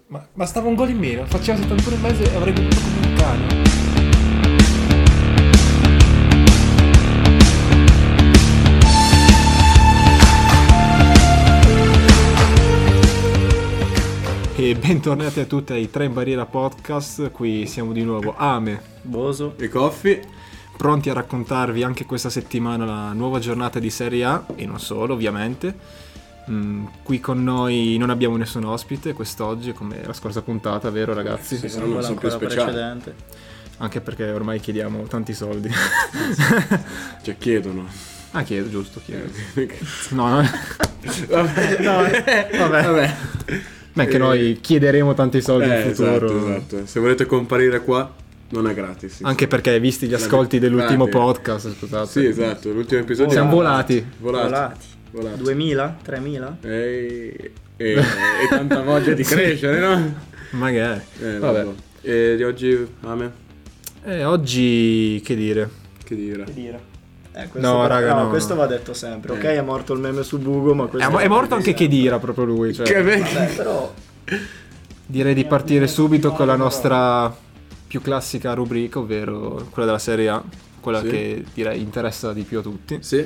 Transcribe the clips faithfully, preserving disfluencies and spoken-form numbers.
Ma bastava un gol in meno, faceva settantuno e mezzo e avrei vinto come un cane. E bentornati a tutti ai Tre in Barriera Podcast. Qui siamo di nuovo Ame, Boso e Coffi, pronti a raccontarvi anche questa settimana la nuova giornata di Serie A e non solo, ovviamente. Mm, qui con noi non abbiamo nessun ospite quest'oggi, come la scorsa puntata, vero ragazzi? Sì, sì, non sono più speciali. Precedente. Anche perché ormai chiediamo tanti soldi. Cioè chiedono. Ah, chiedo, giusto, chiedo. Eh, No, no. vabbè. No, vabbè. vabbè. Ma è che Eh, noi chiederemo tanti soldi eh, in futuro. Esatto, esatto. Se volete comparire qua non è gratis. Sì, Anche perché visti gli ascolti dell'ultimo Gratis. podcast, scusate. Sì, esatto, l'ultimo episodio. Siamo volati. Volati. Volati. Volati. duemila? tremila? E, e, e tanta voglia di crescere, no? Magari. Eh, Vabbè. vabbè. E di oggi, Ame? E oggi che dire? Che dire? Che dire? Eh, questo No, va, raga, no. questo va detto sempre. Eh. Ok, è morto il meme su Bugo, ma È, questo è morto anche sempre. che dira proprio lui. Cioè. Che be- Vabbè, però Direi di partire subito con la nostra più classica rubrica, ovvero quella della Serie A, quella Sì. che direi interessa di più a tutti. Sì?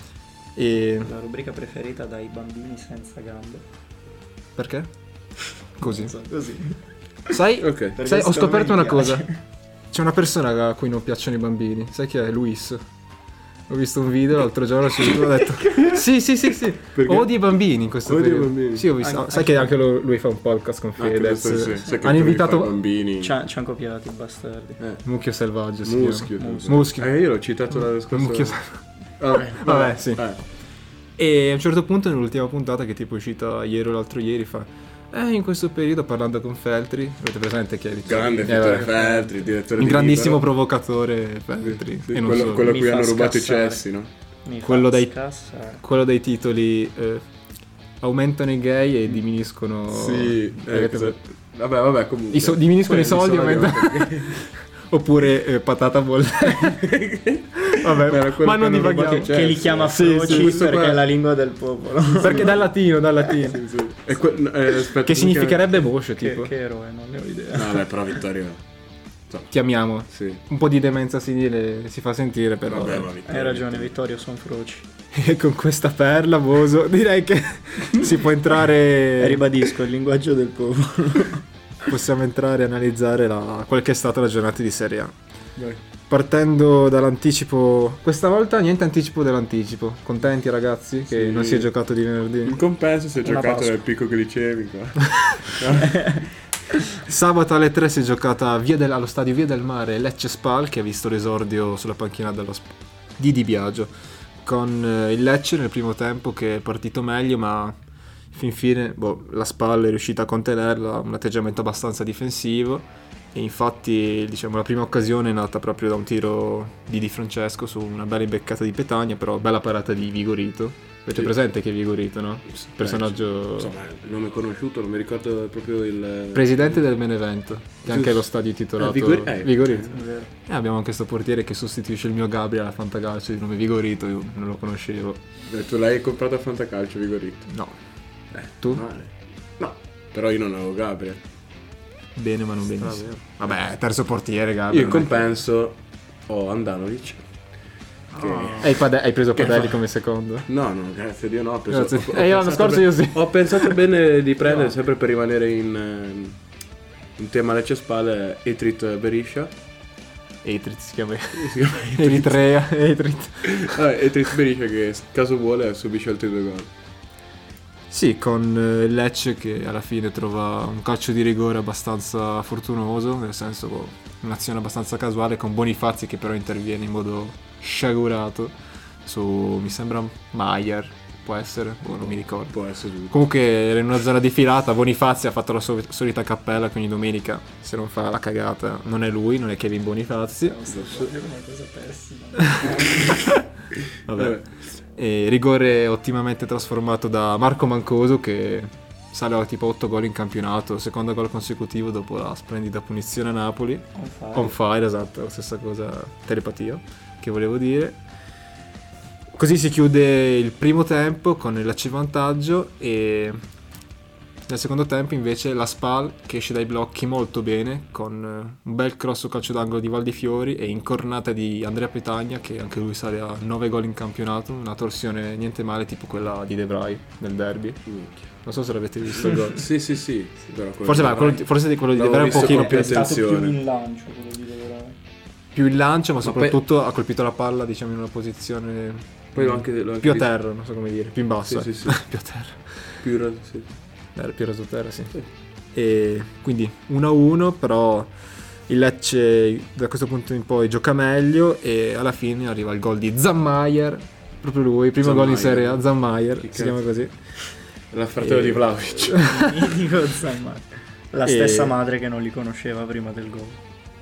E la rubrica preferita dai bambini senza gambe. perché? Così. Non so, così. Sai, Ok. Perché sai ho secondo scoperto me una mi cosa. piace. C'è una persona a cui non piacciono i bambini. Sai chi è? Luis. Ho visto un video l'altro giorno su YouTube, ho detto sì sì sì sì Perché? odia i bambini in questo Odia i periodo. bambini. Sì, ho visto. Anche- Sai che anche lo- lui fa un podcast con Anche Fedez. questo, sì. Sai che Hanno tu invitato fai bambini. Ci hanno copiato i bastardi. Eh. Mucchio Selvaggio si Muschio. chiama. tu. Muschio. Eh, io l'ho citato la scorsa. Mucchio Vabbè, Vabbè, sì. Eh. E a un certo punto nell'ultima puntata che tipo è uscita ieri o l'altro ieri fa eh in questo periodo parlando con Feltri, avete presente chi è il Grande eh, Fittore vabbè. Feltri, direttore Un di grandissimo Libero. provocatore Feltri. Sì, e non quello, solo. quello a Mi cui fa hanno rubato i scassare. cessi, no? Mi Quello fa dei- scassare. Quello dei titoli eh, aumentano i gay e diminuiscono Sì, eh, avete- cosa- vabbè, vabbè, comunque. I so- diminuiscono i Quelli soldi, aumenta- aumentano. oppure eh, patata bollente. Vabbè, Era quello ma non che hanno divaghiamo. rubato i Che li cessi. chiama Sì, froci sì, questo perché qua- è la lingua del popolo. Perché dal latino, dal latino. Sì, sì. E que- eh, aspetta, Che significherebbe Boscio, Che, tipo. che eroe, non ne ho idea. No, beh, però Vittorio. So, Ti amiamo. sì. Un po' di demenza senile si fa sentire, però. Vabbè, ma Vittorio. Hai ragione, Vittorio, sono froci. E con questa perla, Boso, direi che si può E entrare. ribadisco, il linguaggio del popolo. Possiamo entrare e analizzare la, quel che è stata la giornata di Serie A. Vai. Partendo dall'anticipo, questa volta niente anticipo dell'anticipo. Contenti ragazzi che Sì. non si è giocato di venerdì? In compenso si è Una giocato Pasqua. nel picco glicemico. Sabato alle tre si è giocata via del- allo stadio Via del Mare Lecce Spal, che ha visto l'esordio sulla panchina dello Sp- di Di Biagio, con eh, il Lecce nel primo tempo che è partito meglio, ma fin fine boh, la Spal è riuscita a contenerla, un atteggiamento abbastanza difensivo, e infatti diciamo la prima occasione è nata proprio da un tiro di Di Francesco su una bella imbeccata di Petagna, però bella parata di Vigorito. Avete Sì. presente che è Vigorito, no? Personaggio... Insomma, il nome conosciuto, non mi ricordo proprio il. Presidente del Benevento, che anche lo stadio è titolato Eh, Vigor- eh, Vigorito. È vero. E abbiamo anche questo portiere che sostituisce il mio Gabriel alla Fantacalcio di nome Vigorito, io non lo conoscevo. Eh, tu l'hai comprato a Fantacalcio, Vigorito. No, Eh, Tu? Male. No, però io non avevo Gabriel. bene ma non benissimo. Stravero. Vabbè, terzo portiere Io Gabriel. in compenso ho Andanovic. Che... Hai, Pade- hai preso Che Padelli fa? come secondo? No, no, grazie a Dio no. Ho pensato, Grazie. ho Eh, io l'anno pensato scorso be- io sì. Ho pensato bene di prendere, sempre per rimanere in, ehm, in tema Lecce Spal, Etrit Beriscia. Eitrit si chiama. Si chiama Etrit. Eritrea, Eitrit. Ah, Etrit Beriscia che caso vuole subisce altri due gol. Sì, con eh, il Lecce che alla fine trova un calcio di rigore abbastanza fortunoso, nel senso boh, un'azione abbastanza casuale con Bonifazzi che però interviene in modo sciagurato su, mi sembra, Maier, può essere, boh, non mi ricordo. Può essere tutto. Comunque era in una zona defilata, Bonifazzi ha fatto la sua solita cappella che ogni domenica, se non fa la cagata, non è lui, non è Kevin Bonifazzi. È una cosa pessima. Vabbè. E rigore ottimamente trasformato da Marco Mancoso che sale a tipo otto gol in campionato, secondo gol consecutivo dopo la splendida punizione a Napoli. On fire. On fire, esatto, la stessa cosa, telepatia, che volevo dire. Così si chiude il primo tempo con il Lecce vantaggio e Nel secondo tempo invece la Spal che esce dai blocchi molto bene con eh, un bel cross calcio d'angolo di Valdifiori e incornata di Andrea Petagna che anche lui sale a nove gol in campionato, una torsione niente male tipo quella di De Vrij nel derby. Non so se l'avete visto il gol. Sì, sì, sì. Però quello Forse, di va, quello, Vrij- forse di quello di De l'avevo Vrij un visto pochino con più, più È stato più attenzione. in lancio quello di De Vrij. più in lancio, ma Ma soprattutto ha colpito la palla diciamo in una posizione Poi l'ho anche, l'ho anche più a visto- terra, non so come dire, più in basso. Sì, eh. sì, sì. più a terra. Più ra- sì. Era più raso terra, sì. Sì. E quindi uno a uno, però il Lecce da questo punto in poi gioca meglio e alla fine arriva il gol di Zammaier, proprio lui, primo gol in Serie A, Zammaier, Chi si cazzo? chiama così. La fratello E- di Vlahovic. Mitico Zammaier. La E- stessa madre che non li conosceva prima del gol.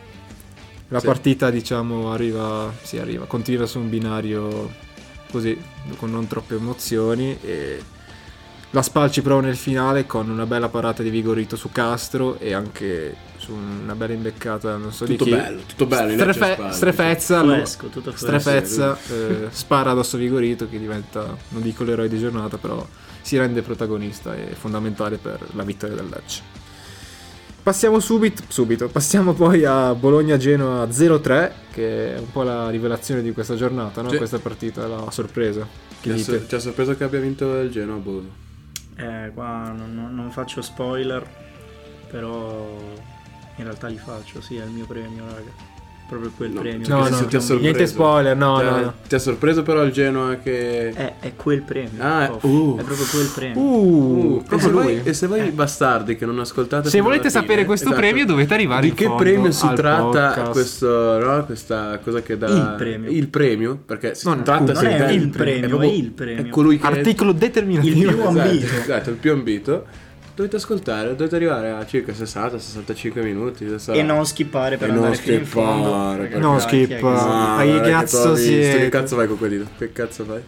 La Sì. partita diciamo arriva, sì arriva, continua su un binario così, con non troppe emozioni e la Spal ci prova nel finale con una bella parata di Vigorito su Castro e anche su una bella imbeccata, non so Tutto di chi. bello, tutto bello. in Strefe- Lecce Spal. strefezza, lo- Fresco, tutto fresco. strefezza, eh, spara addosso a Vigorito che diventa, non dico l'eroe di giornata, però si rende protagonista e fondamentale per la vittoria del Lecce. Passiamo subito, subito, passiamo poi a Bologna-Genoa zero tre, che è un po' la rivelazione di questa giornata, no? Sì. Questa partita, la sorpresa. Che Ti ha, dite? so- ti ha sorpreso che abbia vinto il Genoa a Bodo. Eh, qua non, non- non faccio spoiler, però in realtà li faccio, sì, è il mio premio, raga. Proprio quel No, premio. No, che no, se ti ha non- sorpreso. niente spoiler, no, ti, ha, no, no. ti ha sorpreso però il Genoa che... È, è quel premio. Ah, prof. uh. È proprio quel premio. Uh, Uh, e, proprio se lui. voi, e se voi bastardi che non ascoltate Se fino volete alla fine, sapere questo esatto, premio dovete arrivare di in che fondo premio si al tratta podcast. questo, no? Questa cosa che dà Il premio. il premio, perché si Non- tratta non è sempre- il premio, è proprio- è il premio. è colui che Articolo determinativo. Il più esatto, ambito. esatto, il più ambito. Dovete ascoltare, dovete arrivare a circa sessanta sessantacinque minuti sarà. E non skippare per E andare non fino in fondo. skippare, perché No, cacchio è che- skippa. Ah, Ma che guarda cazzo t'ho visto, siete? Che cazzo fai con quel dito? Che cazzo fai?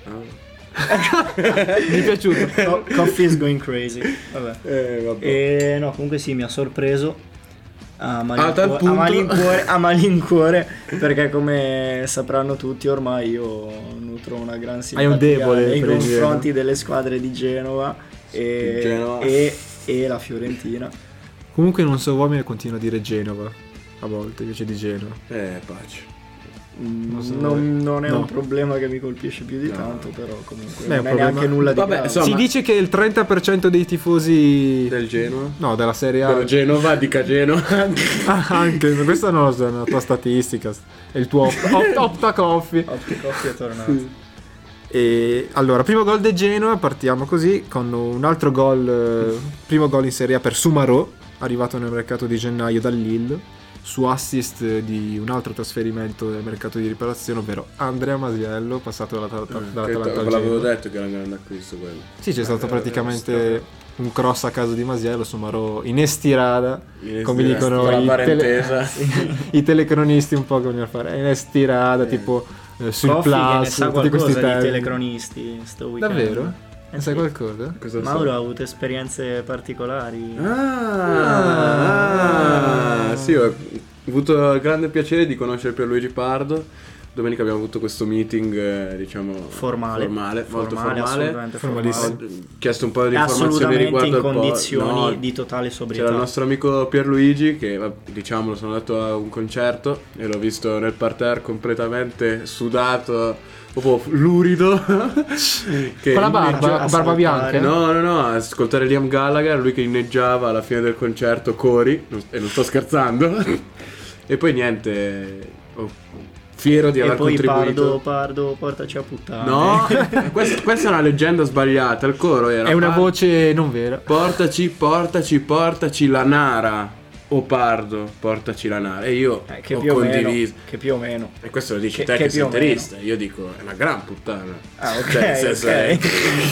Ah. Mi è piaciuto. Co- Coffee is going crazy. Vabbè. Eh, vabbè. E no, comunque sì, mi ha sorpreso a A tal malincuore, punto- a malincuore, a malincuore, perché come sapranno tutti ormai io nutro una gran Hai un simpatia debole nei per il confronti delle squadre di Genova e, Genova. e, e la Fiorentina. Comunque non so uomini continua a dire Genova a volte invece di Genova. Eh, pace. Mm, Non so non, voi. non è No. un problema che mi colpisce più di No. tanto, però comunque Beh, non un è problema- neanche nulla di Vabbè, grave. insomma- Si dice che il trenta per cento dei tifosi Del Genoa. no, della Serie A Dello Genova, dica Genoa. Ah, anche, ma questa non lo so, è una tua statistica, è il tuo op- op- Opta Coffee. Otti Coffee è tornato. E allora, primo gol del Genoa, partiamo così con un altro gol, eh, primo gol in Serie A per Soumarò, arrivato nel mercato di gennaio dal Lille, su assist di un altro trasferimento del mercato di riparazione, ovvero Andrea Masiello, passato dalla, Che dall'Atalanta al ve l'avevo Genoa. detto che era un grande acquisto quello. Sì, c'è stato Eh, praticamente un cross a caso di Masiello, Soumarò in estirada, In come estirada, dicono con la i, parentesa. tele- i telecronisti un po' che vogliono fare, in estirada, tipo eh, sul Coffee che ne plus, sa tutti questi qualcosa di termini. telecronisti sto weekend. Davvero? Eh Ne sai sì. qualcosa? Cosa so? Mauro ha avuto esperienze particolari. Ah, ah, sì, ho avuto il grande piacere di conoscere Pierluigi Pardo. Domenica abbiamo avuto questo meeting, eh, diciamo, Formale. formale, molto Formale, formale. assolutamente Formalissimo. formale. Ho chiesto un po' di È informazioni assolutamente riguardo in al po'- condizioni no, di totale sobrietà. C'era il nostro amico Pierluigi che, va- diciamolo, sono andato a un concerto e l'ho visto nel parterre completamente sudato, proprio lurido. che Con la barba, a barba bianca? saltare. No, no, no, ascoltare Liam Gallagher, lui che inneggiava alla fine del concerto cori, non- e non sto scherzando. E poi niente, oh, fiero di E aver poi contribuito. Pardo, Pardo, portaci a puttane. No, questa, questa è una leggenda sbagliata, il coro era È una Pardo, voce non vera. portaci, portaci, portaci la nara. O Pardo, portaci la nara. E io Eh, che ho più o meno. condiviso. Che più o meno. E questo lo dici Che- te che che, sei più o meno. interista. Io dico, è una gran puttana. Ah, ok, Cioè, nel senso, ok. è-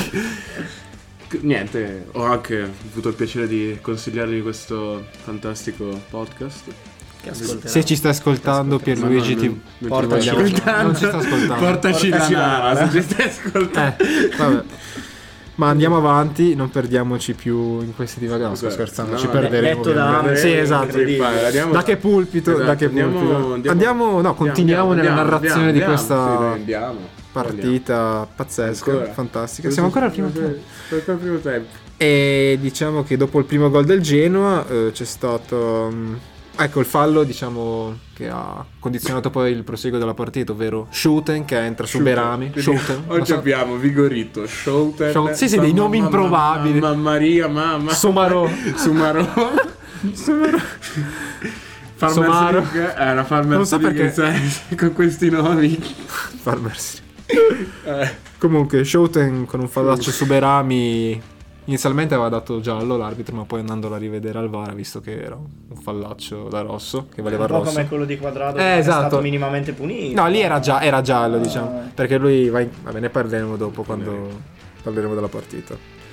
Niente, ho anche avuto il piacere di consigliarvi questo fantastico podcast. Che ascolterà. Se ci stai ascoltando, Pierluigi, Ma no, ti non- non portaci ci la- voglio- non ci sta ascoltando. Portaci, Portaci la la nara, nara. se ci stai ascoltando. Eh, vabbè. Ma andiamo avanti, non perdiamoci più in questi divaghi. No, sto Ok. scherzando, No, ci no, perderemo. detto da ovviamente. Andre, Sì, esatto. incredibile. Andiamo Da che pulpito? Esatto, Da che andiamo- pulpito? andiamo- Andiamo, no, continuiamo nella andiamo, narrazione andiamo, di andiamo, questa sì, dai, andiamo. partita pazzesca, Ancora. fantastica. Siamo ancora al primo tempo. Siamo ancora al primo tempo. E diciamo che dopo il primo gol del Genoa eh, c'è stato mm, ecco il fallo, diciamo, che ha condizionato poi il proseguo della partita, ovvero Schouten che entra su Berami. Schouten, Oggi so. abbiamo Vigorito, Schouten, Schouten, sì, sì, dei nomi improbabili. Mamma Maria, mamma Somaro. Sumaro. Somaro. Farmers Somaro. League, è una Farmers Non so League, perché. sai, con questi nomi. Farmers. Eh. Comunque Schouten con un fallaccio su Berami inizialmente aveva dato giallo l'arbitro, ma poi andandolo a rivedere al V A R ha visto che era un fallaccio da rosso, che valeva Un il po' rosso. come quello di Quadrado, Eh, che esatto. è stato minimamente punito. No, lì era, già, era giallo, Ah. diciamo, perché lui va in... vabbè, ne parleremo dopo quando parleremo della partita.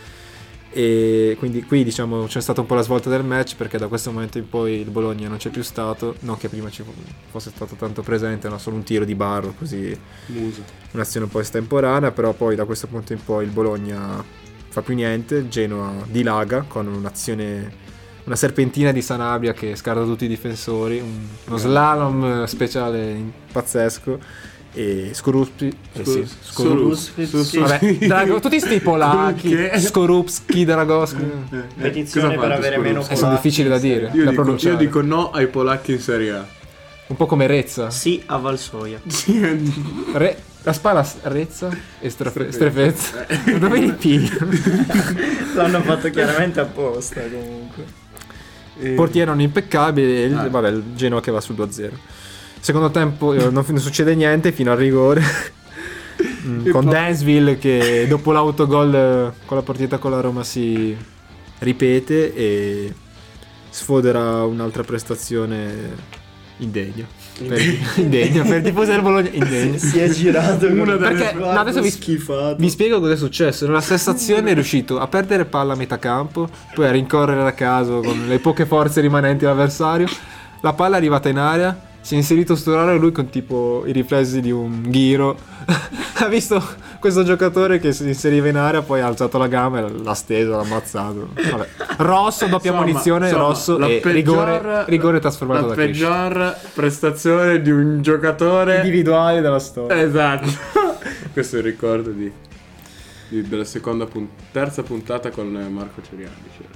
E quindi qui, diciamo, c'è stata un po' la svolta del match, perché da questo momento in poi il Bologna non c'è più stato, non che prima ci fosse stato tanto presente, no, solo un tiro di Barro, così Muso. un'azione un po' estemporanea, però poi da questo punto in poi il Bologna fa più niente, il Genoa dilaga con un'azione, una serpentina di Sanabria che scarta tutti i difensori, un- uno slalom speciale pazzesco, e Skorupski, eh sì, Skorupski. Skorupski. Vabbè, Drago, tutti sti polacchi, Che? Skorupski, Dragowski, Petizione per avere meno eh, sono polacchi difficili da in Serie dire, A. Io da dico, pronunciare. io dico no ai polacchi in Serie A. Un po' come Rezza. Sì a Valsoia. Re- la spalla Rezza e Strafe- Strefezza. Dove li pigli? L'hanno fatto chiaramente apposta comunque. Portiere non impeccabile, e il, Ah. vabbè, il Genoa che va sul due a zero. Secondo tempo eh, non, non succede niente fino al rigore. Mm, E con poi- Dansville che dopo l'autogol eh, con la partita con la Roma si ripete e sfodera un'altra prestazione indegna. Per, indegna per i tifosi del Bologna, indegna. Si è girato con Una un delle- Perché sguardo no, adesso vi, schifato. vi spiego cosa è successo. Nella stessa azione è riuscito a perdere palla a metà campo, poi a rincorrere da caso con le poche forze rimanenti all'avversario. La palla è arrivata in area, si è inserito sto orario, lui con tipo i riflessi di un ghiro ha visto questo giocatore che si inseriva in area, poi ha alzato la gamba e l'ha steso, l'ha ammazzato. Vabbè. Rosso, doppia Insomma, munizione, insomma, rosso la e peggior- rigore, rigore trasformato la da Cresci. peggior prestazione di un giocatore Individuali della storia. esatto. Questo è il ricordo di, di- della seconda pun- terza puntata con Marco Ceriani, diceva.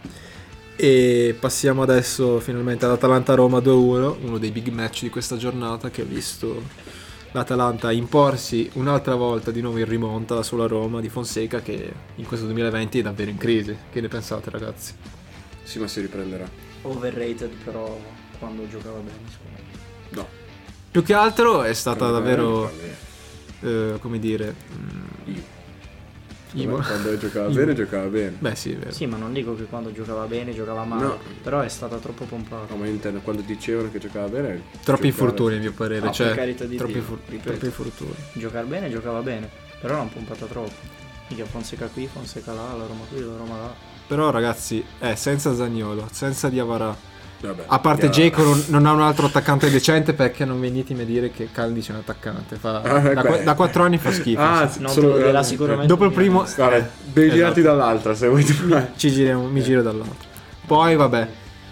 E passiamo adesso finalmente all'Atalanta-Roma due a uno, uno dei big match di questa giornata, che ha visto l'Atalanta imporsi un'altra volta di nuovo in rimonta sulla Roma di Fonseca, che in questo duemilaventi è davvero in crisi. Che ne pensate, ragazzi? Sì, ma si riprenderà. Overrated però quando giocava bene, secondo me. No. Più che altro è stata Quando davvero, bene, eh, come dire, mm, Io. Imo- Quando giocava Imo- bene, giocava bene. Beh sì, è vero. Sì, ma non dico che quando giocava bene giocava male, No. però è stata troppo pompata. No, ma intendo, quando dicevano che giocava bene, Troppi giocava- infortuni a mio parere, No, cioè per carità di troppi, Dio, fu- ripeto. troppi infortuni. Giocare bene giocava bene, però l'hanno pompata troppo. Mica Fonseca qui, Fonseca là, la Roma qui, la Roma là. Però ragazzi, eh, senza Zaniolo, senza Diawara, Vabbè, a parte Diawara. Dzeko non, non ha un altro attaccante decente, perché non venitemi a dire che Caldic è un attaccante. Fa, Ah, da, qua- beh. da quattro anni fa schifo. Ah, sì. sì, Non solo- te lo dirà sicuramente. Dopo il primo Guarda, devi Esatto. girarti dall'altra se vuoi. ci giriamo, mi giro dall'altro. Poi vabbè,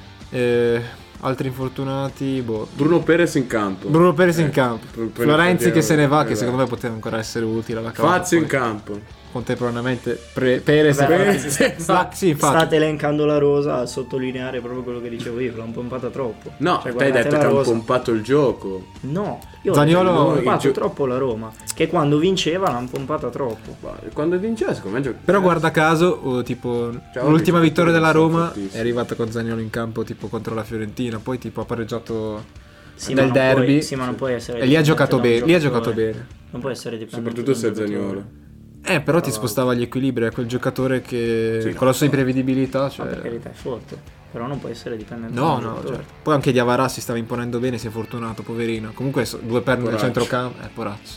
eh, altri infortunati, boh. Bruno Perez in campo. Bruno Perez in Eh, campo, per- per- Florenzi che se ne va, che esatto. secondo me poteva ancora essere utile alla causa. Fazio in Poi campo. contemporaneamente pre- Perez Vabbè, e ragazzi, Fazio. sta- Ah, sì, infatti. State elencando la rosa a sottolineare proprio quello che dicevo io, l'hanno pompata troppo. No, Cioè, te hai guardate detto la che hanno rosa. pompato il gioco. No, io Zaniolo- ho pompato il gio- troppo la Roma, che quando vinceva l'hanno pompata troppo. Ma quando vinceva, secondo me gioca. Però guarda caso, oh, tipo Cioè, l'ultima oggi vittoria della sono Roma fortissimi. è arrivata con Zaniolo in campo tipo contro la Fiorentina, poi tipo ha pareggiato Sì, nel ma non derby puoi- sì, ma non puoi essere e lì ha dipendente giocato da un bene, lì ha giocatore. giocato bene. Non puoi essere dipendente Soprattutto da se un è giocatore. Zaniolo. Eh, però ti spostava gli equilibri, è quel giocatore che Sì, con la no, sua no. imprevedibilità, Ma cioè... per carità è forte, però non puoi essere dipendente da No, un no, giocatore. certo. Poi anche Diawara si stava imponendo bene, si è fortunato, poverino. Comunque so- due perni nel Poraccio. centrocampo, eh, porazzo.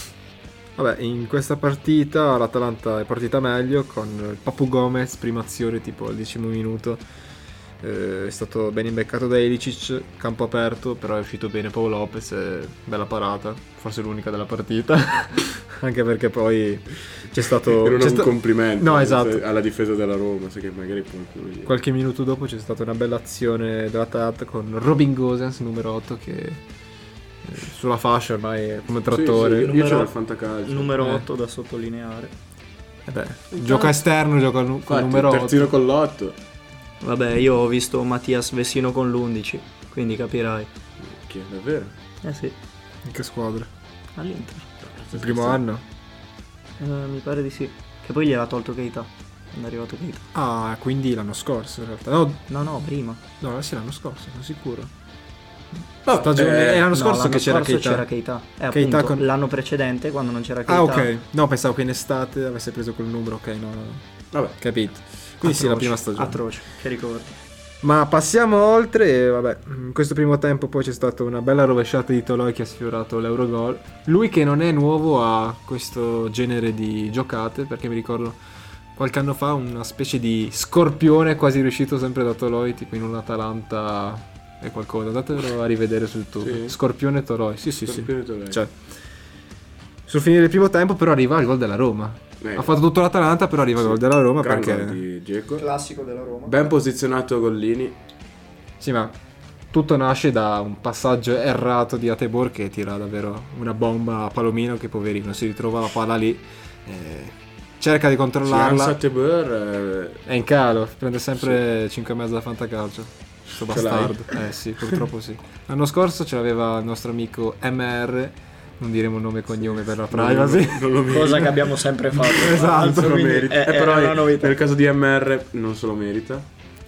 Vabbè, in questa partita l'Atalanta è partita meglio con il Papu Gomez, prima azione tipo al decimo minuto. Eh, è stato ben imbeccato da Ilicic, campo aperto, però è uscito bene Paolo Lopez, e bella parata, forse l'unica della partita. Anche perché poi c'è stato... Che non c'è è un sta- complimento No, se- esatto. alla difesa della Roma, sai che magari può influire. Qualche minuto dopo c'è stata una bella azione dell'Atalanta con Robin Gosens, numero otto, che eh, sulla fascia ormai è come un trattore. Sì, sì, io Numero- c'ero il fantacalcio. Numero Eh. otto da sottolineare. Eh beh, gioca esterno, gioca con il numero otto. Terzino con l'otto. Vabbè, io ho visto Mattias Vecino con l'undici, quindi capirai. Chi è davvero? Eh sì, In che squadra? all'Inter. Il primo anno? Eh, mi pare di sì. Che poi gli era tolto Keita. Quando è arrivato Keita. Ah, quindi l'anno scorso in realtà. No, No, no, prima. no, sì, l'anno scorso, sono sicuro. Oh, Stagione- eh, è l'anno No, scorso l'anno che c'era scorso Keita. c'era Keita. Eh, Keita appunto, con- l'anno precedente, quando non c'era Keita. Ah, ok. No, pensavo che in estate avesse preso quel numero. Ok, no, no, no. Vabbè. Capito. Quindi sì, la prima stagione. Atroce, che ricordi. Ma passiamo oltre e vabbè, in questo primo tempo poi c'è stata una bella rovesciata di Toloi che ha sfiorato l'Eurogol. Lui che non è nuovo a questo genere di giocate, perché mi ricordo qualche anno fa una specie di scorpione quasi riuscito sempre da Toloi, tipo in un Atalanta e qualcosa. Andatevelo a rivedere su YouTube. Sì. Scorpione Toloi, sì sì Scorpione sì. Toloi. Cioè, sul finire del primo tempo però arriva il gol della Roma. Eh, Ha fatto tutto l'Atalanta però arriva il gol della Roma gran perché... gol di Dzeko. Classico della Roma. Ben posizionato Gollini. Sì, ma tutto nasce da un passaggio errato di Atebor che tira davvero una bomba a Palomino che poverino si ritrova la palla lì, eh, cerca di controllarla, Satebor è in calo, prende sempre cinque e mezzo da fantacalcio. Sto Ce l'hai? bastardo. Eh sì, purtroppo sì. L'anno scorso ce l'aveva il nostro amico M R, non diremo nome e cognome per la privacy. non lo merita. Cosa che abbiamo sempre fatto. Esatto, Non lo quindi merita. è- Eh, è però una novità. nel caso di M R non se lo merita.